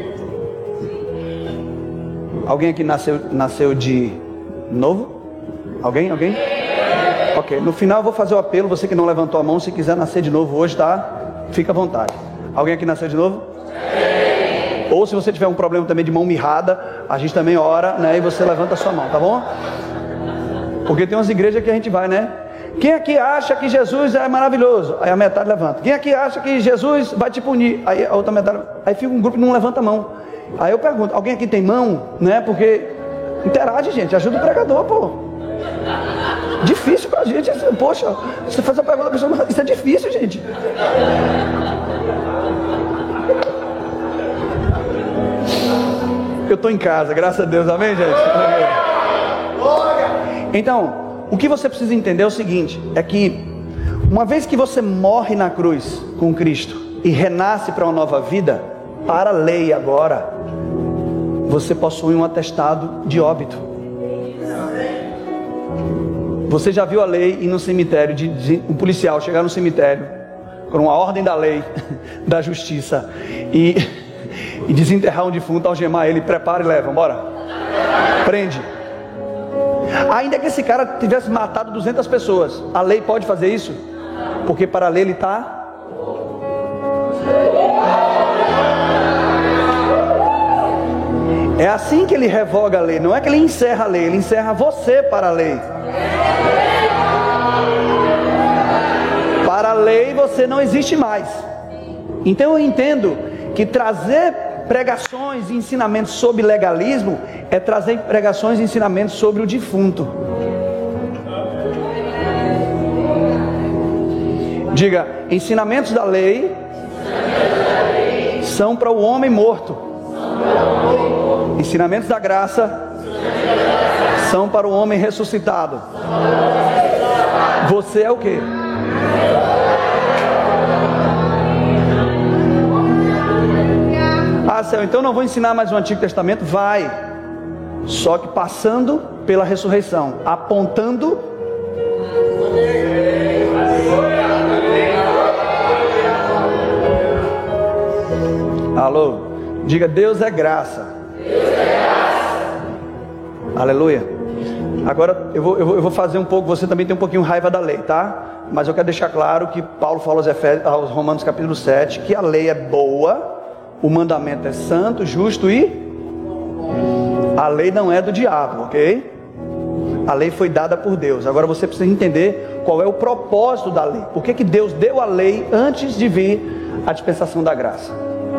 Alguém aqui nasceu, nasceu de novo? Alguém? Alguém? Ok, no final eu vou fazer o apelo. Você que não levantou a mão, se quiser nascer de novo hoje, tá? Fica à vontade. Alguém aqui nasceu de novo? Sim. Ou se você tiver um problema também de mão mirrada, a gente também ora, né? E você levanta a sua mão, tá bom? Porque tem umas igrejas que a gente vai, né? Quem aqui acha que Jesus é maravilhoso? Aí a metade levanta. Quem aqui acha que Jesus vai te punir? Aí a outra metade. Aí fica um grupo que não levanta a mão. Aí eu pergunto, alguém aqui tem mão? Né? Porque interage, gente, ajuda o pregador, pô. Difícil pra gente. Poxa, você faz a pergunta, a pessoa, isso é difícil, gente. Eu tô em casa, graças a Deus, amém, gente? Então, o que você precisa entender é o seguinte, é que uma vez que você morre na cruz com Cristo e renasce para uma nova vida, para a lei agora, você possui um atestado de óbito. Você já viu a lei ir no cemitério, de, de um policial chegar no cemitério com uma ordem da lei, da justiça, e, e desenterrar um defunto, algemar ele, prepara e leva, bora, prende. Ainda que esse cara tivesse matado duzentas pessoas, a lei pode fazer isso? Porque para a lei ele está... É assim que ele revoga a lei. Não é que ele encerra a lei, ele encerra você para a lei. Para a lei você não existe mais. Então eu entendo que trazer pregações e ensinamentos sobre legalismo é trazer pregações e ensinamentos sobre o defunto. Diga, ensinamentos da lei são para o homem morto. Ensinamentos da graça são para o homem ressuscitado. Você é o quê? Ah, céu, então não vou ensinar mais o Antigo Testamento? Vai. Só que passando pela ressurreição, apontando. Alô? Diga, Deus é graça. Deus é graça. Aleluia. Agora eu vou, eu, vou, eu vou fazer um pouco. Você também tem um pouquinho raiva da lei, tá? Mas eu quero deixar claro que Paulo fala aos, Efésios, aos Romanos capítulo sete, que a lei é boa, o mandamento é santo, justo e A lei não é do diabo, ok? A lei foi dada por Deus. Agora você precisa entender qual é o propósito da lei. Por que que Deus deu a lei antes de vir a dispensação da graça?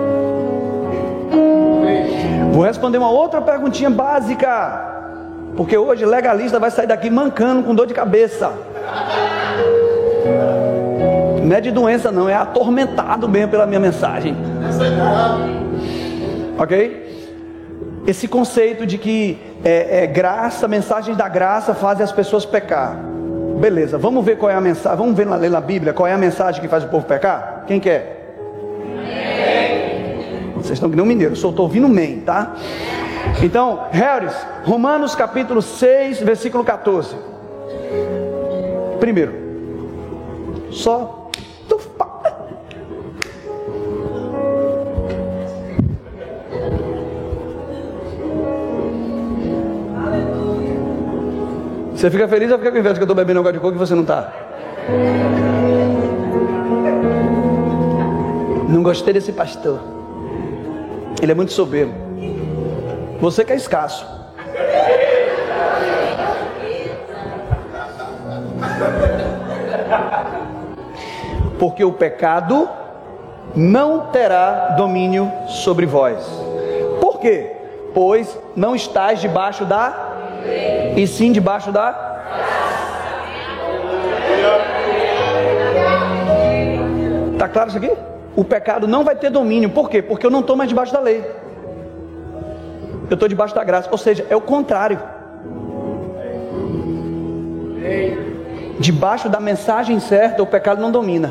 Vou responder uma outra perguntinha básica, porque hoje legalista vai sair daqui mancando com dor de cabeça. Não é de doença não, é atormentado mesmo pela minha mensagem. Ok? Esse conceito de que é, é, graça, mensagens da graça fazem as pessoas pecar. Beleza, vamos ver qual é a mensagem. Vamos ver ler na Bíblia qual é a mensagem que faz o povo pecar? Quem quer? Vocês estão que nem um mineiro, só estou ouvindo men, tá? Então, Harris, Romanos capítulo seis, versículo quatorze. Primeiro, só você fica feliz ou fica com inveja que eu estou bebendo água de coco e você não está? Não gostei desse pastor. Ele é muito soberbo. Você que é escasso. Porque o pecado não terá domínio sobre vós. Por quê? Pois não estáis debaixo da... e sim debaixo da... Tá claro isso aqui? O pecado não vai ter domínio. Por quê? Porque eu não estou mais debaixo da lei. Eu estou debaixo da graça. Ou seja, é o contrário. Debaixo da mensagem certa, o pecado não domina.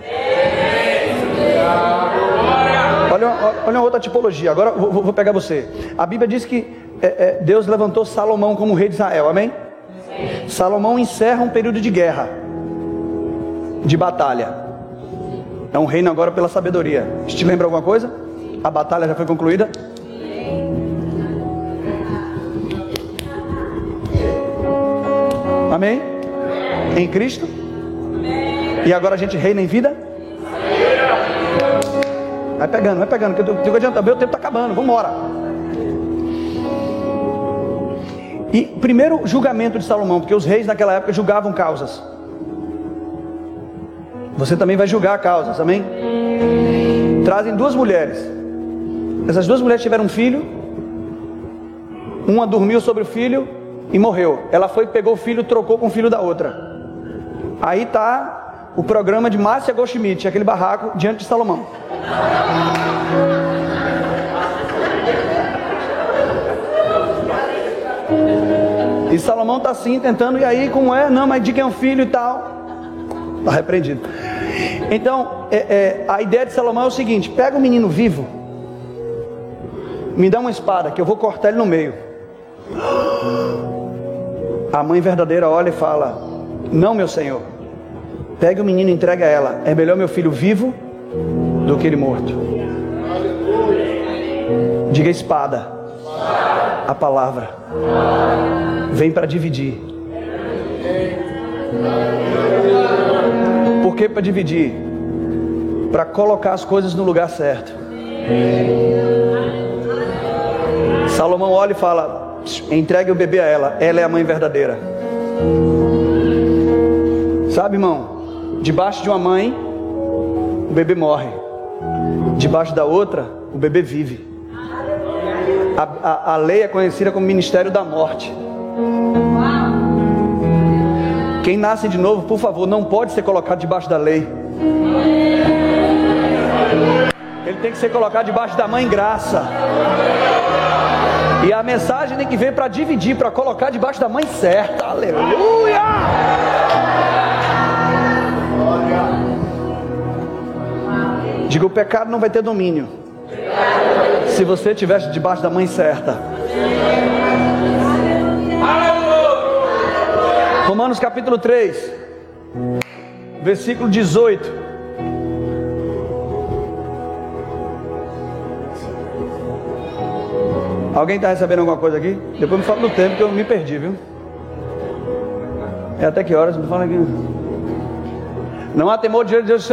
Olha, olha uma outra tipologia. Agora vou, vou pegar você. A Bíblia diz que é, é, Deus levantou Salomão como rei de Israel, amém? Sim. Salomão encerra um período de guerra, de batalha. É um reino agora pela sabedoria. Isso te lembra alguma coisa? A batalha já foi concluída? Amém? Em Cristo? E agora a gente reina em vida? Vai pegando, vai pegando, que eu tenho que adiantar, meu tempo está acabando, vamos embora. E primeiro julgamento de Salomão, porque os reis naquela época julgavam causas. Você também vai julgar causas, amém? Trazem duas mulheres. Essas duas mulheres tiveram um filho. Uma dormiu sobre o filho e morreu. Ela foi, pegou o filho, trocou com o filho da outra. Aí está o programa de Márcia Goldschmidt, aquele barraco diante de Salomão. E Salomão está assim, tentando, e aí como é? Não, mas de quem é o filho e tal. Está repreendido. Então, é, é, a ideia de Salomão é o seguinte: pega o menino vivo, me dá uma espada, que eu vou cortar ele no meio. A mãe verdadeira olha e fala: não, meu senhor, pegue o menino e entregue a ela. É melhor meu filho vivo do que ele morto. Diga espada. A palavra vem para dividir. Por que para dividir? Para colocar as coisas no lugar certo. Salomão olha e fala: entregue o bebê a ela. Ela é a mãe verdadeira. Sabe, irmão, debaixo de uma mãe o bebê morre, debaixo da outra o bebê vive. A, a, a lei é conhecida como ministério da morte. Quem nasce de novo, por favor, não pode ser colocado debaixo da lei. Ele tem que ser colocado debaixo da mãe graça. E a mensagem tem que vir para dividir, para colocar debaixo da mãe certa. Aleluia! Diga: o pecado não vai ter domínio se você estiver debaixo da mãe certa. Romanos capítulo três, versículo dezoito. Alguém está recebendo alguma coisa aqui? Depois me fala do tempo, que eu me perdi, viu? É até que horas? Me fala aqui. Não há temor de Deus.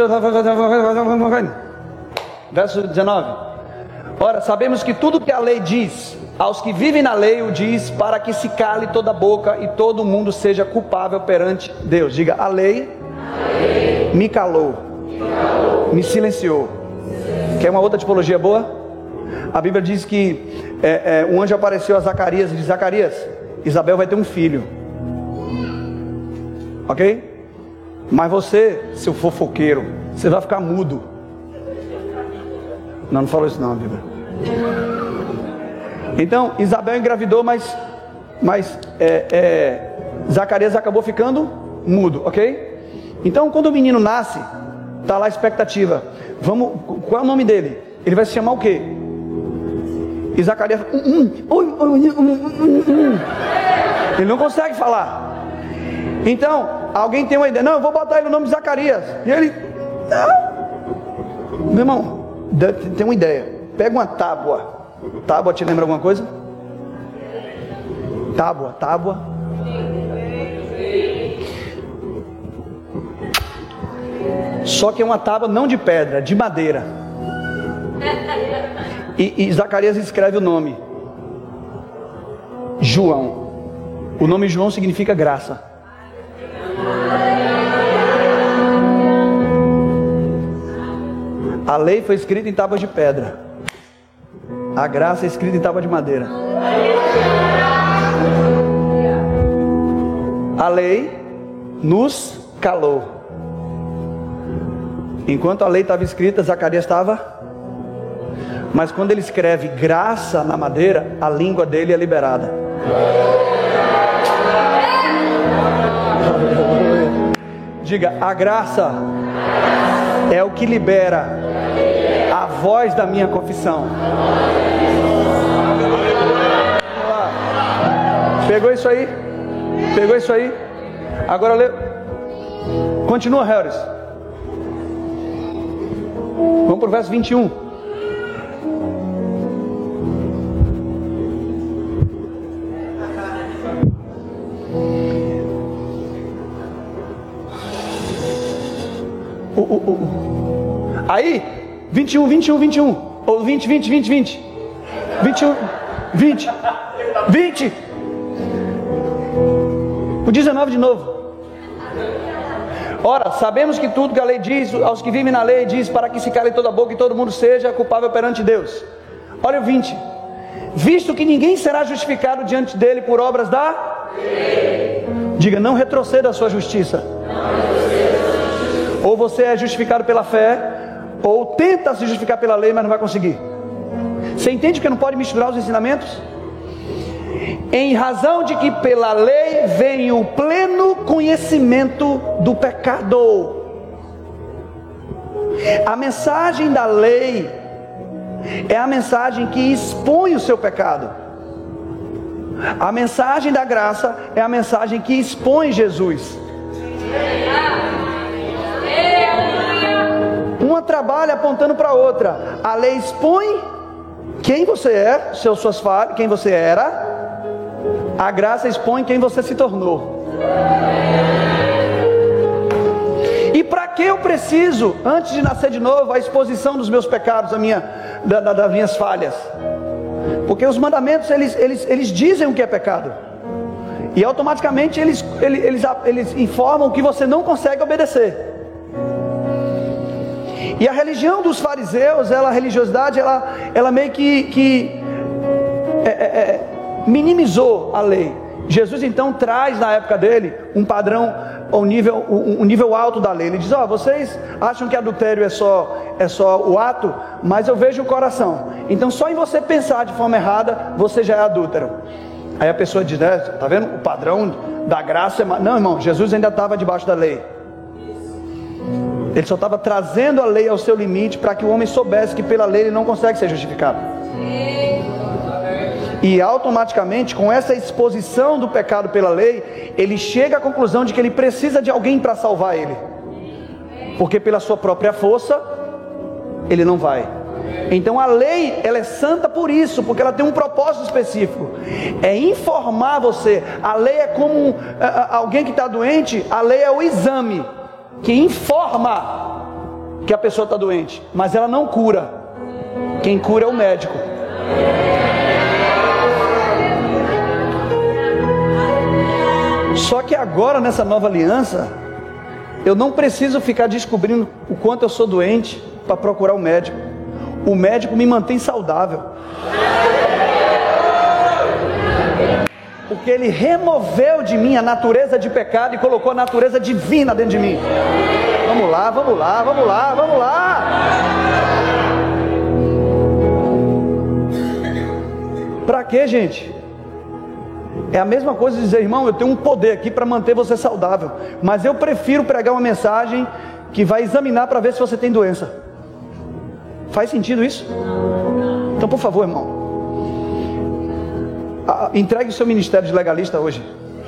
Verso dezenove. Ora, sabemos que tudo que a lei diz aos que vivem na lei, o diz, para que se cale toda a boca e todo mundo seja culpável perante Deus. Diga, a lei, a lei me, calou, me calou, me silenciou. Quer uma outra tipologia boa? A Bíblia diz que é, é, um anjo apareceu a Zacarias e disse: Zacarias, Isabel vai ter um filho. Ok? Mas você, seu fofoqueiro, você vai ficar mudo. Não, não falou isso não, a Bíblia. Então, Isabel engravidou, mas, mas é, é, Zacarias acabou ficando mudo, ok? Então, quando o menino nasce, está lá a expectativa. Vamos, qual é o nome dele? Ele vai se chamar o quê? E Zacarias, um, um, um, um, um, um. Ele não consegue falar. Então, alguém tem uma ideia. Não, eu vou botar ele no nome de Zacarias. E ele, ah. Meu irmão, tem uma ideia. Pega uma tábua. Tábua te lembra alguma coisa? Tábua, tábua. Só que é uma tábua não de pedra, de madeira. E, e Zacarias escreve o nome João. O nome João significa graça. A lei foi escrita em tábuas de pedra. A graça é escrita em tábua de madeira. A lei nos calou. Enquanto a lei estava escrita, Zacarias estava. Mas quando ele escreve graça na madeira, a língua dele é liberada. Diga, a graça é o que libera a voz da minha confissão. Vamos lá. Pegou isso aí? Pegou isso aí? Agora lê. Continua, Harris. Vamos para o verso vinte e um. Uh, uh, uh. Aí, vinte e um, vinte e um, vinte e um. Ou vinte, vinte, vinte, vinte. vinte e um, vinte. vinte. O dezenove de novo. Ora, sabemos que tudo que a lei diz, aos que vivem na lei, diz para que se cale toda a boca e todo mundo seja culpável perante Deus. Olha o vinte. Visto que ninguém será justificado diante dele por obras da lei. Diga, não retroceda a sua justiça. Ou você é justificado pela fé, ou tenta se justificar pela lei, mas não vai conseguir. Você entende que não pode misturar os ensinamentos? Em razão de que pela lei vem o pleno conhecimento do pecado. A mensagem da lei é a mensagem que expõe o seu pecado. A mensagem da graça é a mensagem que expõe Jesus. Uma trabalha apontando para a outra. A lei expõe quem você é, seus, suas falhas, quem você era. A graça expõe quem você se tornou. E para que eu preciso, antes de nascer de novo, a exposição dos meus pecados, a minha, da, da, das minhas falhas? Porque os mandamentos, eles, eles, eles dizem o que é pecado. E automaticamente eles, eles, eles, eles informam que você não consegue obedecer. E a religião dos fariseus, ela, a religiosidade, ela, ela meio que, que é, é, é, minimizou a lei. Jesus então traz na época dele um padrão, um nível, um, um nível alto da lei. Ele diz: ó, oh, vocês acham que adultério é só, é só o ato, mas eu vejo o coração. Então só em você pensar de forma errada, você já é adúltero. Aí a pessoa diz, né, tá vendo? O padrão da graça é... Não, irmão, Jesus ainda estava debaixo da lei. Ele só estava trazendo a lei ao seu limite para que o homem soubesse que pela lei ele não consegue ser justificado. E automaticamente, com essa exposição do pecado pela lei, ele chega à conclusão de que ele precisa de alguém para salvar ele. Porque pela sua própria força, ele não vai. Então a lei, ela é santa por isso, porque ela tem um propósito específico. É informar você. A lei é como uh, alguém que está doente. A lei é o exame que informa que a pessoa está doente, mas ela não cura. Quem cura é o médico. Só que agora, nessa nova aliança, eu não preciso ficar descobrindo o quanto eu sou doente para procurar o médico. O médico me mantém saudável, porque ele removeu de mim a natureza de pecado e colocou a natureza divina dentro de mim. Vamos lá, vamos lá, vamos lá, vamos lá. Para quê, gente? É a mesma coisa de dizer, irmão, eu tenho um poder aqui para manter você saudável, mas eu prefiro pregar uma mensagem que vai examinar para ver se você tem doença. Faz sentido isso? Então, por favor, irmão, entregue o seu ministério de legalista hoje.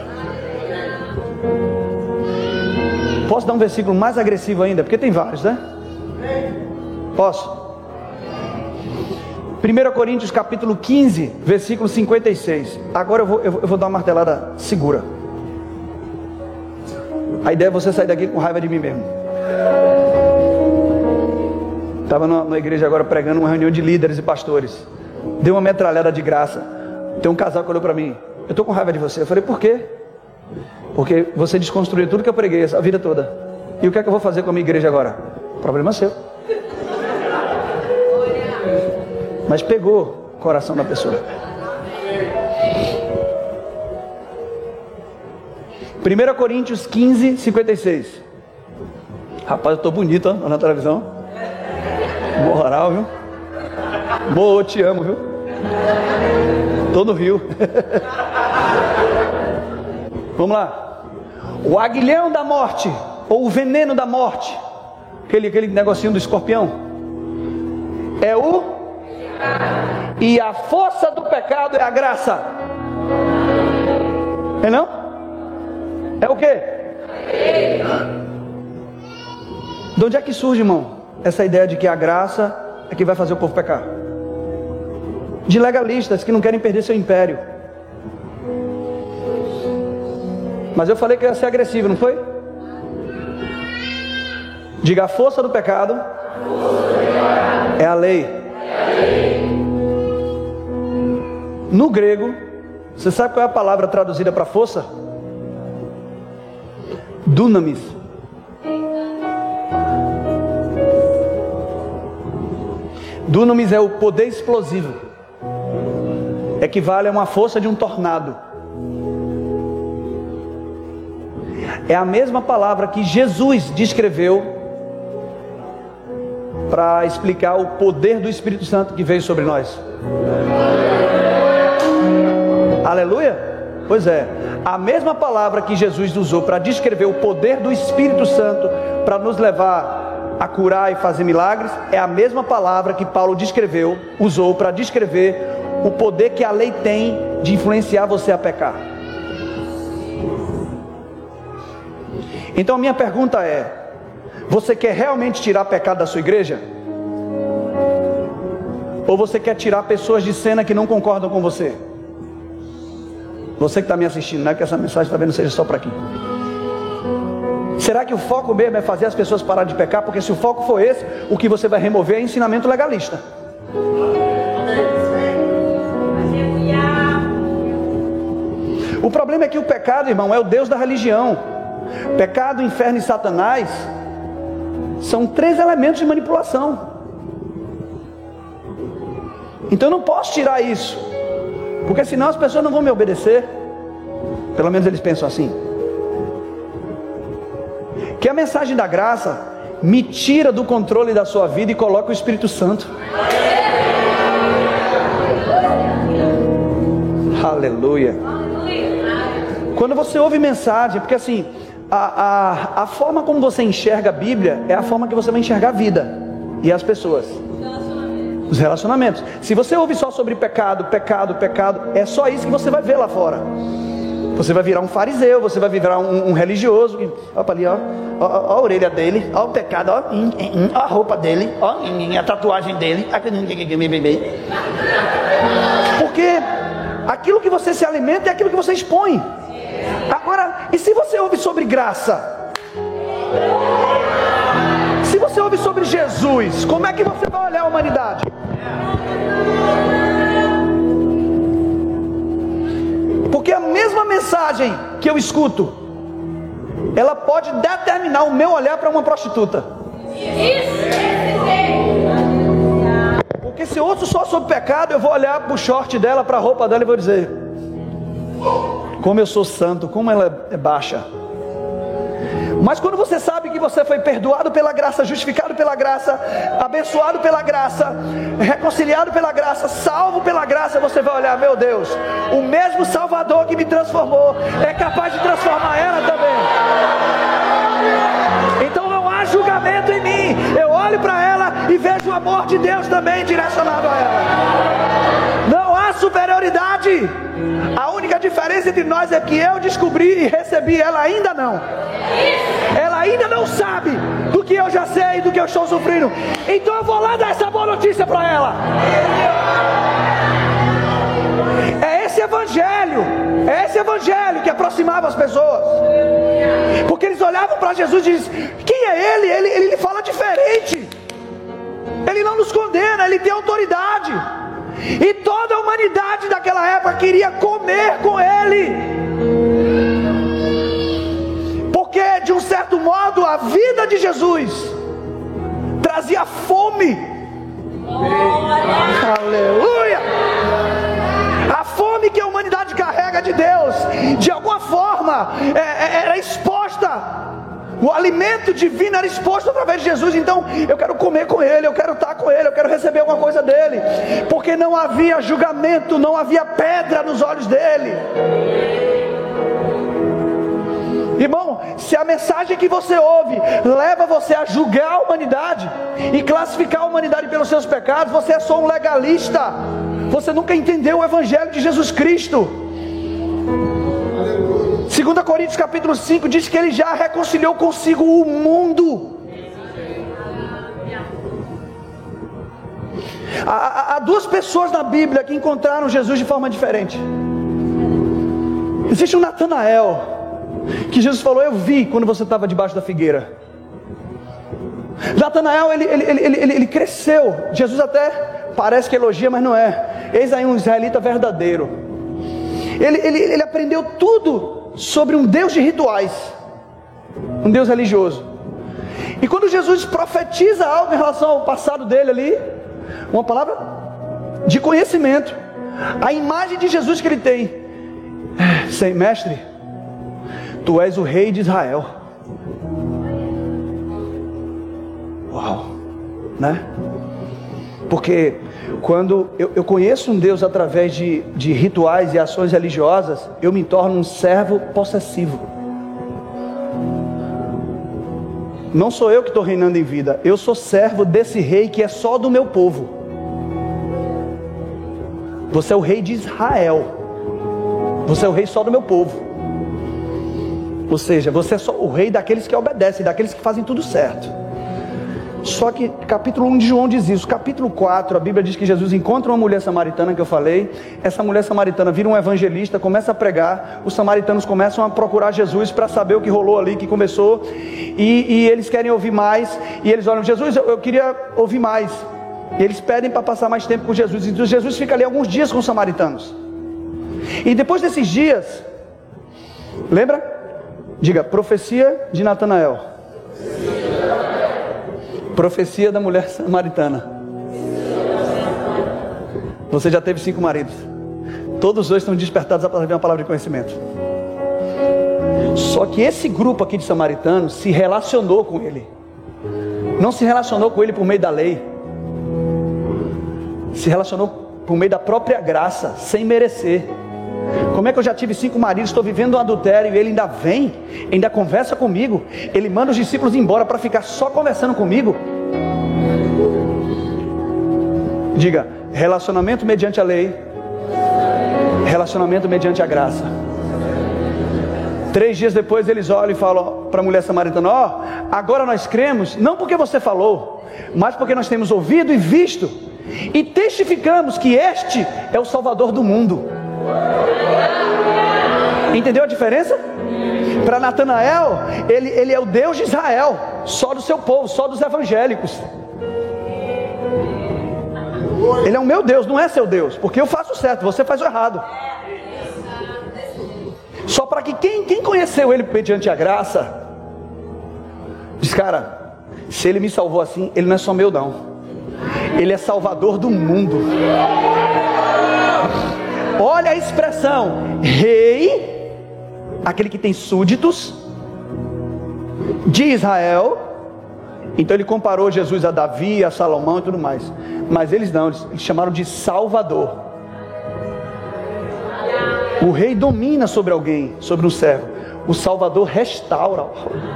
Posso dar um versículo mais agressivo ainda? Porque tem vários, né? Posso? primeira Coríntios capítulo quinze, versículo cinquenta e seis. Agora eu vou, eu vou dar uma martelada segura. A ideia é você sair daqui com raiva de mim mesmo. Estava na igreja agora pregando uma reunião de líderes e pastores. Deu uma metralhada de graça. Tem um casal que olhou para mim. Eu estou com raiva de você. Eu falei, por quê? Porque você desconstruiu tudo que eu preguei a vida toda. E o que é que eu vou fazer com a minha igreja agora? Problema seu. Mas pegou o coração da pessoa. primeira Coríntios quinze, cinquenta e seis. Rapaz, eu estou bonito, ó, na televisão. Moral, viu? Mo, eu te amo, viu? Estou no Rio. Vamos lá. O aguilhão da morte, ou o veneno da morte, aquele, aquele negocinho do escorpião, é o... E a força do pecado é a graça. É não? É o quê? De onde é que surge, irmão, essa ideia de que a graça é que vai fazer o povo pecar? De legalistas que não querem perder seu império. Mas eu falei que eu ia ser agressivo, não foi? Diga, a força do pecado é a lei. No grego, você sabe qual é a palavra traduzida para força? Dunamis. Dunamis é o poder explosivo. Equivale a uma força de um tornado. É a mesma palavra que Jesus descreveu para explicar o poder do Espírito Santo que veio sobre nós. Aleluia? Pois é, a mesma palavra que Jesus usou para descrever o poder do Espírito Santo para nos levar a curar e fazer milagres, é a mesma palavra que Paulo descreveu, usou para descrever o poder que a lei tem de influenciar você a pecar. Então a minha pergunta é: você quer realmente tirar pecado da sua igreja? Ou você quer tirar pessoas de cena que não concordam com você? Você que está me assistindo, não é que essa mensagem talvez não seja só para aqui. Será que o foco mesmo é fazer as pessoas pararem de pecar? Porque se o foco for esse, o que você vai remover é ensinamento legalista. O problema é que o pecado, irmão, é o Deus da religião. Pecado, inferno e Satanás são três elementos de manipulação. Então eu não posso tirar isso, porque senão as pessoas não vão me obedecer. Pelo menos eles pensam assim. Que a mensagem da graça me tira do controle da sua vida e coloca o Espírito Santo. Aleluia. Quando você ouve mensagem, porque assim, a, a, a forma como você enxerga a Bíblia é a forma que você vai enxergar a vida e as pessoas. Os relacionamentos. Se você ouve só sobre pecado, pecado, pecado, é só isso que você vai ver lá fora. Você vai virar um fariseu, você vai virar um, um religioso. Olha ali, ó, ó, ó a orelha dele, ó o pecado, ó, ó a roupa dele, ó a tatuagem dele. Porque aquilo que você se alimenta é aquilo que você expõe. Agora, e se você ouve sobre graça? Se você ouve sobre Jesus, como é que você vai olhar a humanidade? Porque a mesma mensagem que eu escuto, ela pode determinar o meu olhar para uma prostituta. Porque se eu ouço só sobre pecado, eu vou olhar para o short dela, para a roupa dela e vou dizer: como eu sou santo, como ela é baixa. Mas quando você sabe que você foi perdoado pela graça, justificado pela graça, abençoado pela graça, reconciliado pela graça, salvo pela graça, você vai olhar: meu Deus, o mesmo Salvador que me transformou é capaz de transformar ela também. Então não há julgamento em mim. Eu olho para ela e vejo o amor de Deus também direcionado a ela. Não há superioridade. A única diferença entre nós é que eu descobri e recebi, ela ainda não. Ela ainda não sabe do que eu já sei, do que eu estou sofrendo. Então eu vou lá dar essa boa notícia para ela. É esse evangelho, é esse evangelho que aproximava as pessoas. Porque eles olhavam para Jesus e diziam: quem é ele? Ele, ele fala diferente. Ele não nos condena, ele tem autoridade. E toda a humanidade daquela época queria comer com ele. Porque de um certo modo a vida de Jesus trazia fome. Aleluia! A fome que a humanidade carrega de Deus, de alguma forma, é, era exposta. O alimento divino era exposto através de Jesus. Então eu quero comer com ele, eu quero estar com ele, eu quero receber alguma coisa dele. Porque não havia julgamento, não havia pedra nos olhos dele. Irmão, se a mensagem que você ouve leva você a julgar a humanidade e classificar a humanidade pelos seus pecados, você é só um legalista. Você nunca entendeu o evangelho de Jesus Cristo. Segunda Coríntios capítulo cinco diz que ele já reconciliou consigo o mundo. Há, há duas pessoas na Bíblia que encontraram Jesus de forma diferente. Existe um Natanael, que Jesus falou: eu vi quando você estava debaixo da figueira. Natanael, ele, ele, ele, ele, ele cresceu. Jesus até parece que elogia, mas não é. Eis aí um israelita verdadeiro. Ele, ele, ele aprendeu tudo sobre um Deus de rituais, um Deus religioso. E quando Jesus profetiza algo em relação ao passado dele ali, uma palavra de conhecimento, a imagem de Jesus que ele tem: Sei, mestre, tu és o rei de Israel. Uau, né? Porque quando eu, eu conheço um Deus através de, de rituais e ações religiosas, eu me torno um servo possessivo. Não sou eu que estou reinando em vida, eu sou servo desse rei que é só do meu povo. Você é o rei de Israel. Você é o rei só do meu povo. Ou seja, você é só o rei daqueles que obedecem, daqueles que fazem tudo certo. Só que capítulo um de João diz isso. Capítulo quatro, a Bíblia diz que Jesus encontra uma mulher samaritana, que eu falei. Essa mulher samaritana vira um evangelista, começa a pregar. Os samaritanos começam a procurar Jesus para saber o que rolou ali, que começou. E, e eles querem ouvir mais. E eles olham: Jesus, eu, eu queria ouvir mais. E eles pedem para passar mais tempo com Jesus. Então Jesus fica ali alguns dias com os samaritanos. E depois desses dias, lembra? Diga: profecia de Natanael. Profecia da mulher samaritana. Você já teve cinco maridos. Todos dois estão despertados para ver uma palavra de conhecimento. Só que esse grupo aqui de samaritanos se relacionou com ele. Não se relacionou com ele por meio da lei. Se relacionou por meio da própria graça, sem merecer. Como é que eu já tive cinco maridos, estou vivendo um adultério e ele ainda vem, ainda conversa comigo? Ele manda os discípulos embora para ficar só conversando comigo? Diga: relacionamento mediante a lei, relacionamento mediante a graça. Três dias depois eles olham e falam para a mulher samaritana: ó, oh, agora nós cremos, não porque você falou, mas porque nós temos ouvido e visto, e testificamos que este é o Salvador do mundo. Entendeu a diferença? Para Natanael, ele, ele é o Deus de Israel, só do seu povo, só dos evangélicos. Ele é o meu Deus, não é seu Deus, porque eu faço o certo, você faz o errado. Só para que quem, quem conheceu ele mediante a graça, diz, cara, se ele me salvou assim, ele não é só meu não, ele é salvador do mundo. Olha a expressão, rei, aquele que tem súditos de Israel. Então ele comparou Jesus a Davi, a Salomão e tudo mais. Mas eles não, eles chamaram de Salvador. O rei domina sobre alguém, sobre um servo. O Salvador restaura.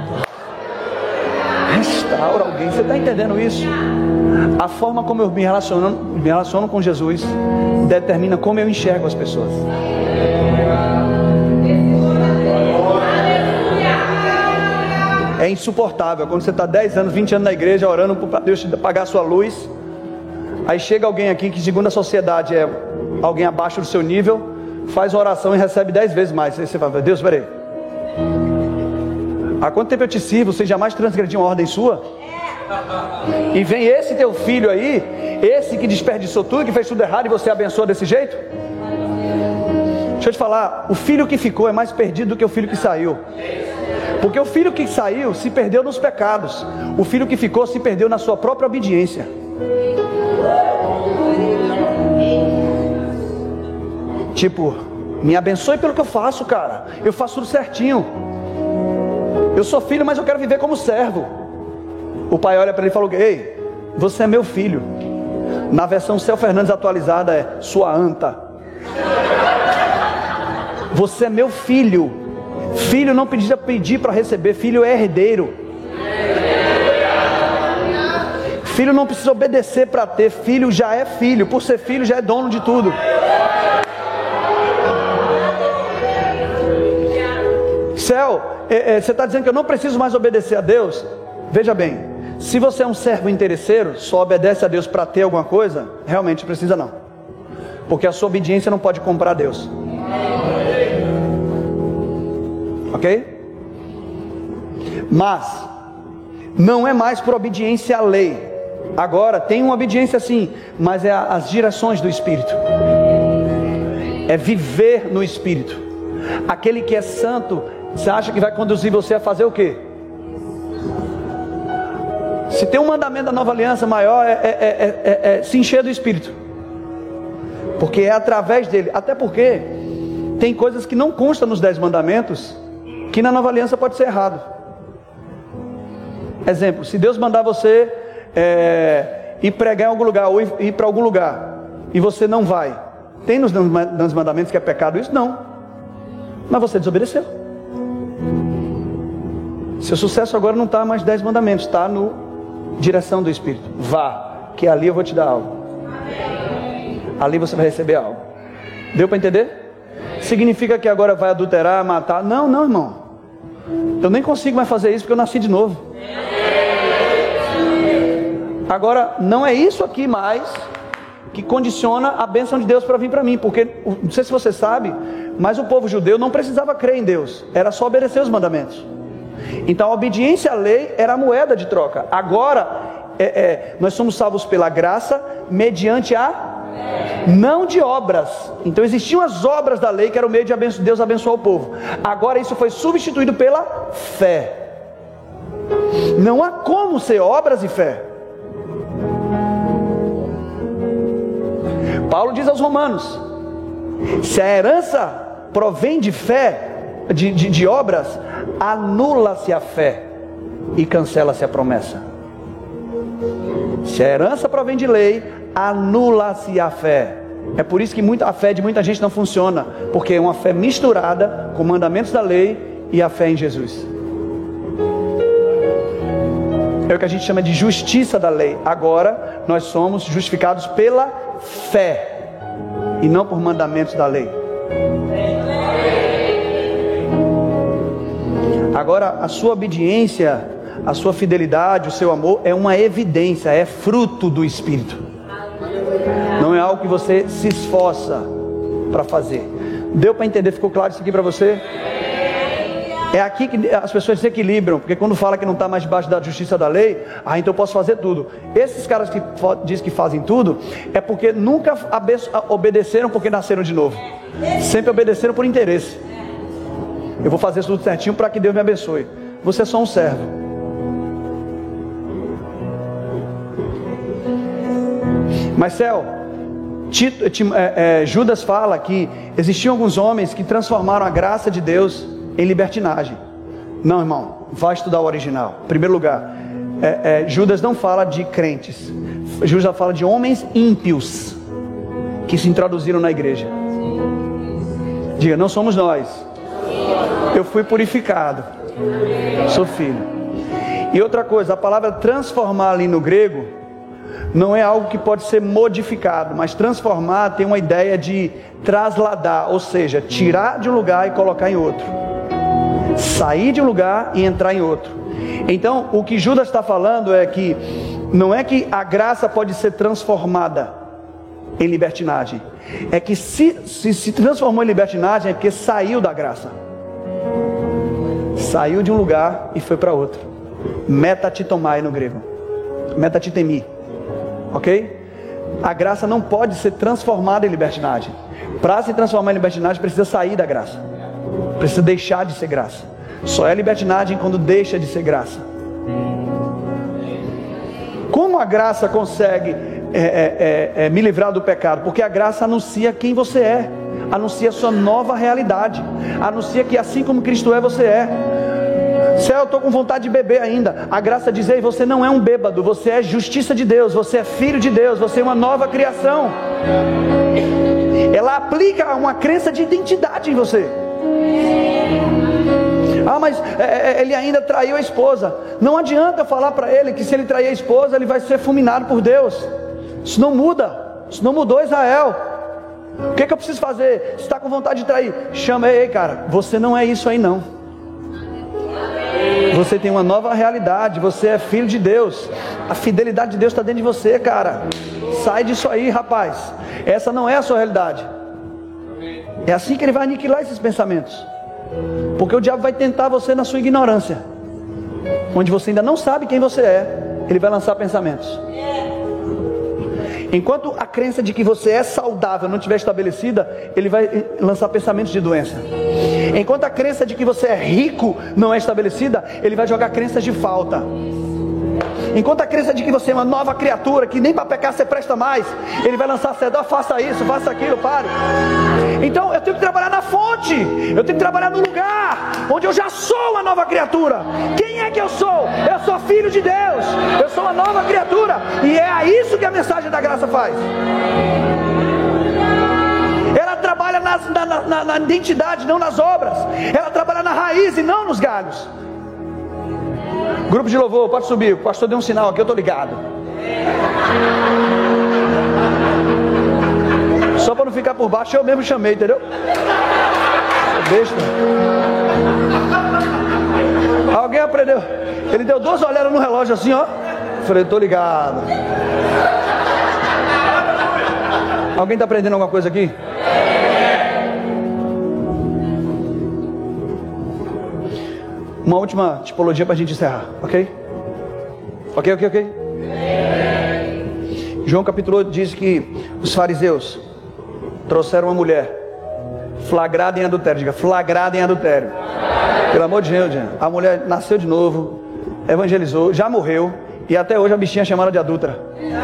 Restaura alguém. Você está entendendo isso? A forma como eu me relaciono, me relaciono com Jesus determina como eu enxergo as pessoas. É insuportável quando você está dez anos, vinte anos na igreja orando para Deus te pagar a sua luz. Aí chega alguém aqui que, segundo a sociedade, é alguém abaixo do seu nível, faz uma oração e recebe dez vezes mais. Aí você fala, Deus, peraí, há quanto tempo eu te sirvo? Você jamais transgrediu uma ordem sua? E vem esse teu filho aí, esse que desperdiçou tudo, que fez tudo errado, e você abençoa desse jeito? Deixa eu te falar, o filho que ficou é mais perdido do que o filho que saiu. Porque o filho que saiu se perdeu nos pecados, o filho que ficou se perdeu na sua própria obediência. Tipo, me abençoe pelo que eu faço, cara. Eu faço tudo certinho. Eu sou filho, mas eu quero viver como servo. O pai olha para ele e fala, ei, você é meu filho. Na versão Céu Fernandes atualizada é sua anta. Você é meu filho. Filho não precisa pedir para receber, filho é herdeiro. Filho não precisa obedecer para ter, filho já é filho. Por ser filho já é dono de tudo. Céu, é, é, você está dizendo que eu não preciso mais obedecer a Deus? Veja bem, se você é um servo interesseiro, só obedece a Deus para ter alguma coisa, realmente precisa não. Porque a sua obediência não pode comprar Deus. Ok? Mas não é mais por obediência à lei. Agora tem uma obediência sim, mas é as direções do Espírito. É viver no Espírito. Aquele que é santo, você acha que vai conduzir você a fazer o quê? Se tem um mandamento da nova aliança maior, é, é, é, é, é se encher do Espírito. Porque é através dele. Até porque tem coisas que não constam nos dez mandamentos, que na nova aliança pode ser errado. Exemplo, se Deus mandar você é, ir pregar em algum lugar, ou ir, ir para algum lugar, e você não vai, tem nos, nos mandamentos que é pecado isso? Não. Mas você desobedeceu. Seu sucesso agora não está mais dez mandamentos, está no direção do Espírito. Vá, que ali eu vou te dar algo. Ali você vai receber algo. Deu para entender? Significa que agora vai adulterar, matar? Não, não, irmão. Eu nem consigo mais fazer isso porque eu nasci de novo. Agora, não é isso aqui mais que condiciona a bênção de Deus para vir para mim. Porque, não sei se você sabe, mas o povo judeu não precisava crer em Deus. Era só obedecer os mandamentos. Então a obediência à lei era a moeda de troca. Agora, é, é, nós somos salvos pela graça, mediante a... não de obras. Então existiam as obras da lei, que era o meio de abenço... Deus abençoar o povo. Agora isso foi substituído pela fé. Não há como ser obras e fé. Paulo diz aos romanos, se a herança provém de fé, de, de, de obras, anula-se a fé e cancela-se a promessa. Se a herança provém de lei, anula-se a fé. É por isso que muita, a fé de muita gente não funciona, porque é uma fé misturada com mandamentos da lei e a fé em Jesus. É o que a gente chama de justiça da lei. Agora nós somos justificados pela fé e não por mandamentos da lei. Agora a sua obediência, a sua fidelidade, o seu amor é uma evidência, é fruto do Espírito. Não é algo que você se esforça para fazer. Deu para entender? Ficou claro isso aqui para você? É aqui que as pessoas se equilibram, porque quando fala que não está mais debaixo da justiça da lei, ah, então eu posso fazer tudo. Esses caras que dizem que fazem tudo, é porque nunca obedeceram porque nasceram de novo. Sempre obedeceram por interesse. Eu vou fazer tudo certinho para que Deus me abençoe. Você é só um servo. Marcel, Tito, Tim, é, é, Judas fala que existiam alguns homens que transformaram a graça de Deus em libertinagem. Não, irmão, vai estudar o original. Em primeiro lugar, é, é, Judas não fala de crentes. Judas fala de homens ímpios que se introduziram na igreja. Diga, não somos nós. Eu fui purificado. Sou filho. E outra coisa, a palavra transformar ali no grego não é algo que pode ser modificado, mas transformar tem uma ideia de trasladar, ou seja, tirar de um lugar e colocar em outro, sair de um lugar e entrar em outro. Então o que Judas está falando é que não é que a graça pode ser transformada em libertinagem, é que se se, se transformou em libertinagem é porque saiu da graça, saiu de um lugar e foi para outro. Metatitomai no grego, metatitemi. Ok? A graça não pode ser transformada em libertinagem. Para se transformar em libertinagem precisa sair da graça, precisa deixar de ser graça. Só é libertinagem quando deixa de ser graça. Como a graça consegue é, é, é, me livrar do pecado? Porque a graça anuncia quem você é, anuncia sua nova realidade, anuncia que assim como Cristo é, você é. Se eu estou com vontade de beber ainda, a graça diz: ei, você não é um bêbado, você é justiça de Deus, você é filho de Deus, você é uma nova criação. Ela aplica uma crença de identidade em você. Ah, mas é, ele ainda traiu a esposa. Não adianta eu falar para ele que se ele trair a esposa, ele vai ser fulminado por Deus. Isso não muda, isso não mudou Israel. O que, é que eu preciso fazer? Se está com vontade de trair, chama, ei, cara, você não é isso aí não. Você tem uma nova realidade, você é filho de Deus, a fidelidade de Deus está dentro de você, cara. Sai disso aí, rapaz. Essa não é a sua realidade. É assim que ele vai aniquilar esses pensamentos, porque o diabo vai tentar você na sua ignorância, onde você ainda não sabe quem você é. Ele vai lançar pensamentos. Enquanto a crença de que você é saudável não estiver estabelecida, ele vai lançar pensamentos de doença. Enquanto a crença de que você é rico não é estabelecida, ele vai jogar crenças de falta. Enquanto a crença de que você é uma nova criatura, que nem para pecar você presta mais, ele vai lançar cedo, faça isso, faça aquilo, pare. Então eu tenho que trabalhar na fonte, eu tenho que trabalhar no lugar onde eu já sou uma nova criatura. Quem é que eu sou? Eu sou filho de Deus, eu sou uma nova criatura. E é a isso que a mensagem da graça faz. Ela trabalha nas, na, na, na identidade, não nas obras. Ela trabalha na raiz e não nos galhos. Grupo de louvor, pode subir. O pastor deu um sinal aqui, eu estou ligado. Só para não ficar por baixo, eu mesmo chamei, entendeu? Besta. Alguém aprendeu? Ele deu duas olhadas no relógio assim, ó. Falei, estou ligado. Alguém está aprendendo alguma coisa aqui? Uma última tipologia para a gente encerrar, ok? Ok, ok, ok? João capítulo oito diz que os fariseus trouxeram uma mulher flagrada em adultério. Diga, flagrada em adultério. Pelo amor de Deus, a mulher nasceu de novo, evangelizou, já morreu, e até hoje a bichinha é chamada de adúltera.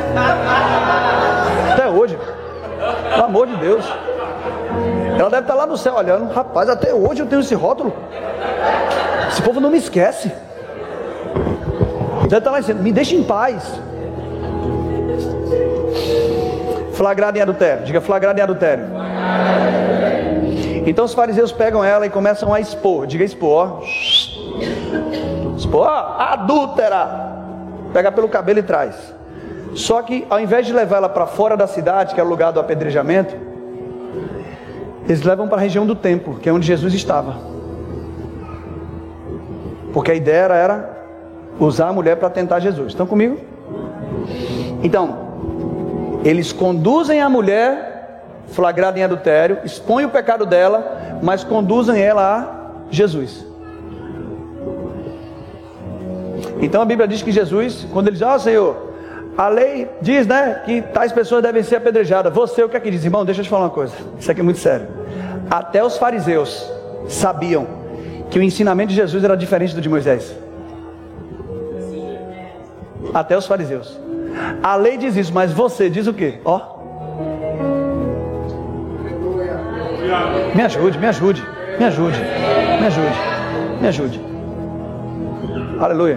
Até hoje. Pelo amor de Deus. Ela deve estar lá no céu olhando. Rapaz, até hoje eu tenho esse rótulo. Esse povo não me esquece. Deve estar lá dizendo, me deixa em paz. Flagrado em adultério. Diga, flagrado em adultério. Então os fariseus pegam ela e começam a expor. Diga, expor, ó. Expor, ó, adúltera. Pega pelo cabelo e traz. Só que ao invés de levar ela para fora da cidade, que é o lugar do apedrejamento, eles levam para a região do templo, que é onde Jesus estava. Porque a ideia era usar a mulher para tentar Jesus. Estão comigo? Então, eles conduzem a mulher flagrada em adultério, expõem o pecado dela, mas conduzem ela a Jesus. Então a Bíblia diz que Jesus, quando ele diz, ó, Senhor, a lei diz, né, que tais pessoas devem ser apedrejadas. Você, o que é que diz? Irmão, deixa eu te falar uma coisa. Isso aqui é muito sério. Até os fariseus sabiam que o ensinamento de Jesus era diferente do de Moisés. Até os fariseus. A lei diz isso, mas você diz o quê? Ó. Me ajude, me ajude, me ajude, me ajude, me ajude. Aleluia.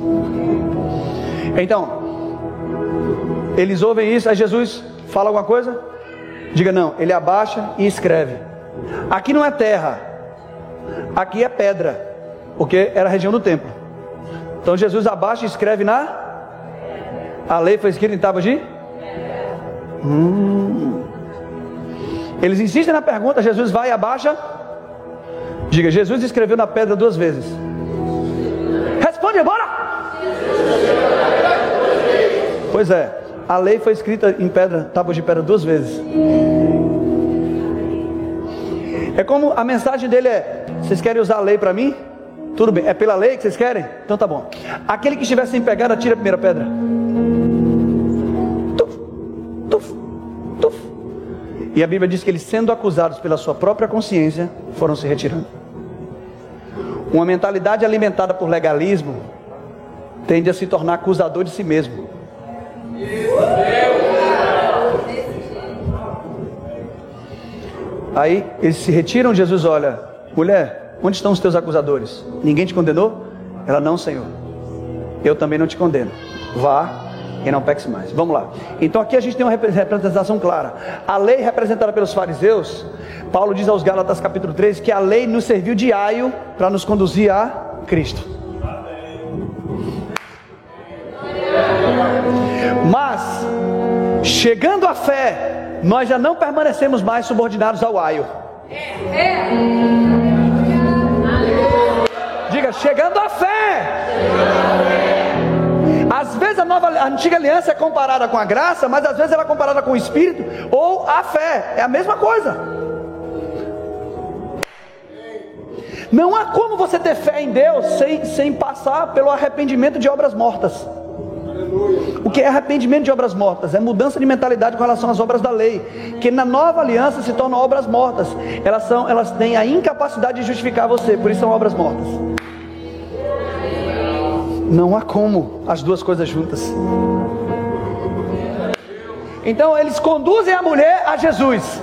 Então, eles ouvem isso, aí Jesus fala alguma coisa? Diga não, ele abaixa e escreve. Aqui não é terra, aqui é pedra, porque era a região do templo. Então Jesus abaixa e escreve na... A lei foi escrita em tábua de... Hum. Eles insistem na pergunta, Jesus vai e abaixa. Diga, Jesus escreveu na pedra duas vezes. Responde, bora! Pois é, a lei foi escrita em pedra, tábua de pedra duas vezes. É como a mensagem dele é: vocês querem usar a lei para mim? Tudo bem, é pela lei que vocês querem? Então tá bom. Aquele que estiver sem pegar, atira a primeira pedra. Tuf, tuf, tuf. E a Bíblia diz que eles, sendo acusados pela sua própria consciência, foram se retirando. Uma mentalidade alimentada por legalismo tende a se tornar acusador de si mesmo. Aí eles se retiram. Jesus olha: mulher, onde estão os teus acusadores? Ninguém te condenou? Ela: não, Senhor, eu também não te condeno. Vá e não peques mais. Vamos lá. Então aqui a gente tem uma representação clara. A lei representada pelos fariseus, Paulo diz aos Gálatas capítulo três que a lei nos serviu de aio para nos conduzir a Cristo. Mas chegando à fé, nós já não permanecemos mais subordinados ao aio. Diga, chegando à fé. Às vezes a nova, a antiga aliança é comparada com a graça, mas às vezes ela é comparada com o Espírito ou a fé. É a mesma coisa. Não há como você ter fé em Deus sem, sem passar pelo arrependimento de obras mortas. O que é arrependimento de obras mortas? É mudança de mentalidade com relação às obras da lei, que na nova aliança se tornam obras mortas. Elas, são, elas têm a incapacidade de justificar você, por isso são obras mortas. Não há como as duas coisas juntas. Então eles conduzem a mulher a Jesus.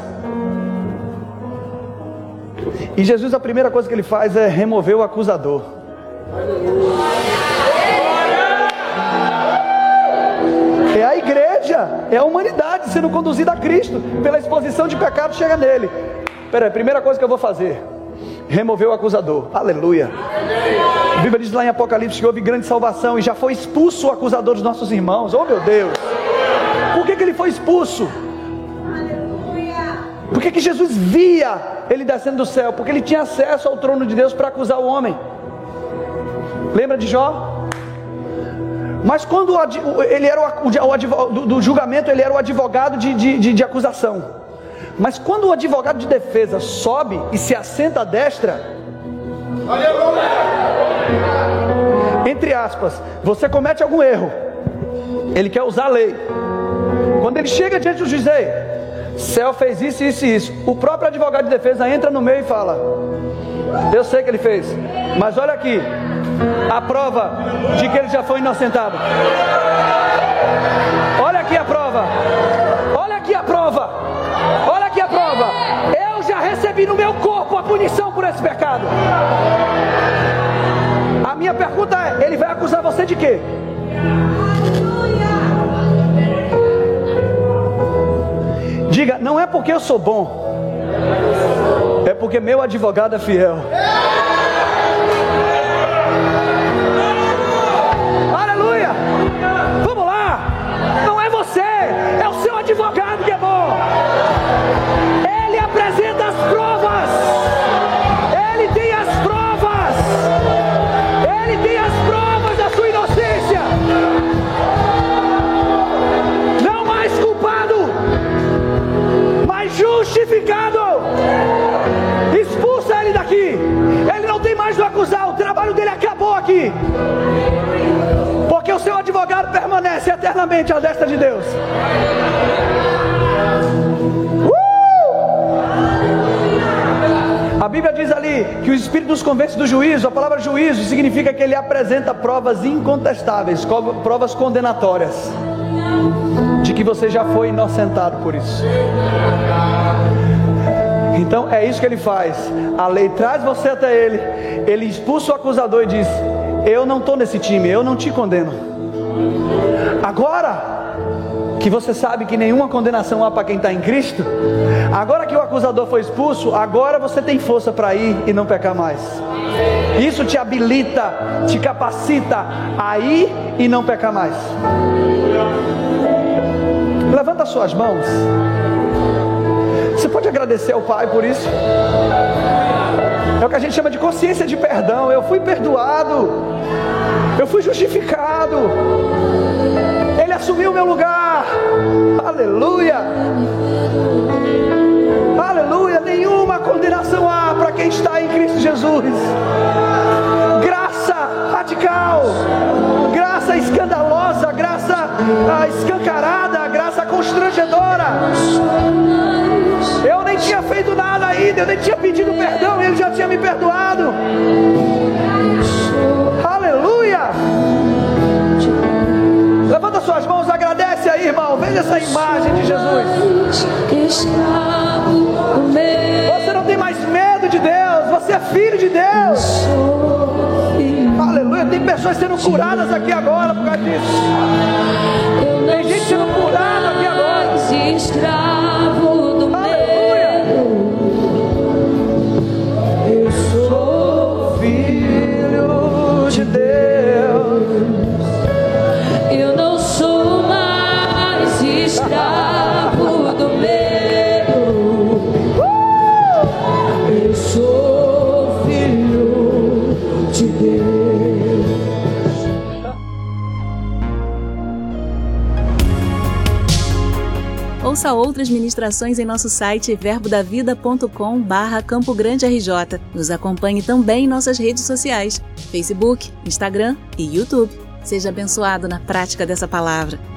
E Jesus, a primeira coisa que ele faz é remover o acusador. É a igreja, é a humanidade sendo conduzida a Cristo. Pela exposição de pecado chega nele. Peraí, primeira coisa que eu vou fazer: remover o acusador. Aleluia. A Bíblia diz lá em Apocalipse que houve grande salvação e já foi expulso o acusador dos nossos irmãos. Oh meu Deus. Por que que ele foi expulso? Por que que Jesus via ele descendo do céu? Porque ele tinha acesso ao trono de Deus para acusar o homem. Lembra de Jó? Mas quando ele era o advogado do julgamento, ele era o advogado de, de, de, de acusação. Mas quando o advogado de defesa sobe e se assenta à destra, entre aspas, você comete algum erro, ele quer usar a lei. Quando ele chega diante do juiz, Céu fez isso, isso e isso, o próprio advogado de defesa entra no meio e fala: eu sei que ele fez, mas olha aqui a prova de que ele já foi inocentado. Olha aqui a prova. Olha aqui a prova. Olha aqui a prova. Eu já recebi no meu corpo a punição por esse pecado. A minha pergunta é: ele vai acusar você de quê? Diga, não é porque eu sou bom, é porque meu advogado é fiel. Aleluia! Vamos lá! Não é você, é o seu advogado que é bom. Ele apresenta as provas. Ele tem as provas. Ele tem as provas da sua inocência. Não mais culpado, mas justificado. Expulsa ele daqui. Ele não tem mais do acusar. O trabalho dele acabou aqui. Porque o seu advogado permanece eternamente à destra de Deus. Uh! A A Bíblia diz ali que o Espírito nos convence do juízo. A palavra juízo significa que ele apresenta provas incontestáveis, provas condenatórias, de que você já foi inocentado por isso. Então é isso que ele faz. A lei traz você até ele, ele expulsa o acusador e diz: eu não estou nesse time, eu não te condeno. Agora que você sabe que nenhuma condenação há para quem está em Cristo, agora que o acusador foi expulso, agora você tem força para ir e não pecar mais. Isso te habilita, te capacita a ir e não pecar mais. Levanta suas mãos. Você pode agradecer ao Pai por isso. É o que a gente chama de consciência de perdão. Eu fui perdoado, eu fui justificado, Ele assumiu o meu lugar. Aleluia, aleluia. Nenhuma condenação há para quem está em Cristo Jesus. Graça radical, graça escandalosa, graça escancarada, graça constrangedora. Eu nem tinha feito nada ainda, eu nem tinha pedido perdão, Ele já tinha me perdoado. Aleluia. Levanta suas mãos, agradece aí, irmão. Veja essa imagem de Jesus. Você não tem mais medo de Deus, você é filho de Deus. Aleluia. Tem pessoas sendo curadas aqui agora por causa disso. Tem gente sendo curada aqui agora. Escravo do medo, eu sou filho de Deus. Eu não sou mais escravo do medo. Eu sou filho de Deus. Ouça outras ministrações em nosso site verbo da vida ponto com barra Campo Grande R J. Nos acompanhe também em nossas redes sociais, Facebook, Instagram e YouTube. Seja abençoado na prática dessa palavra.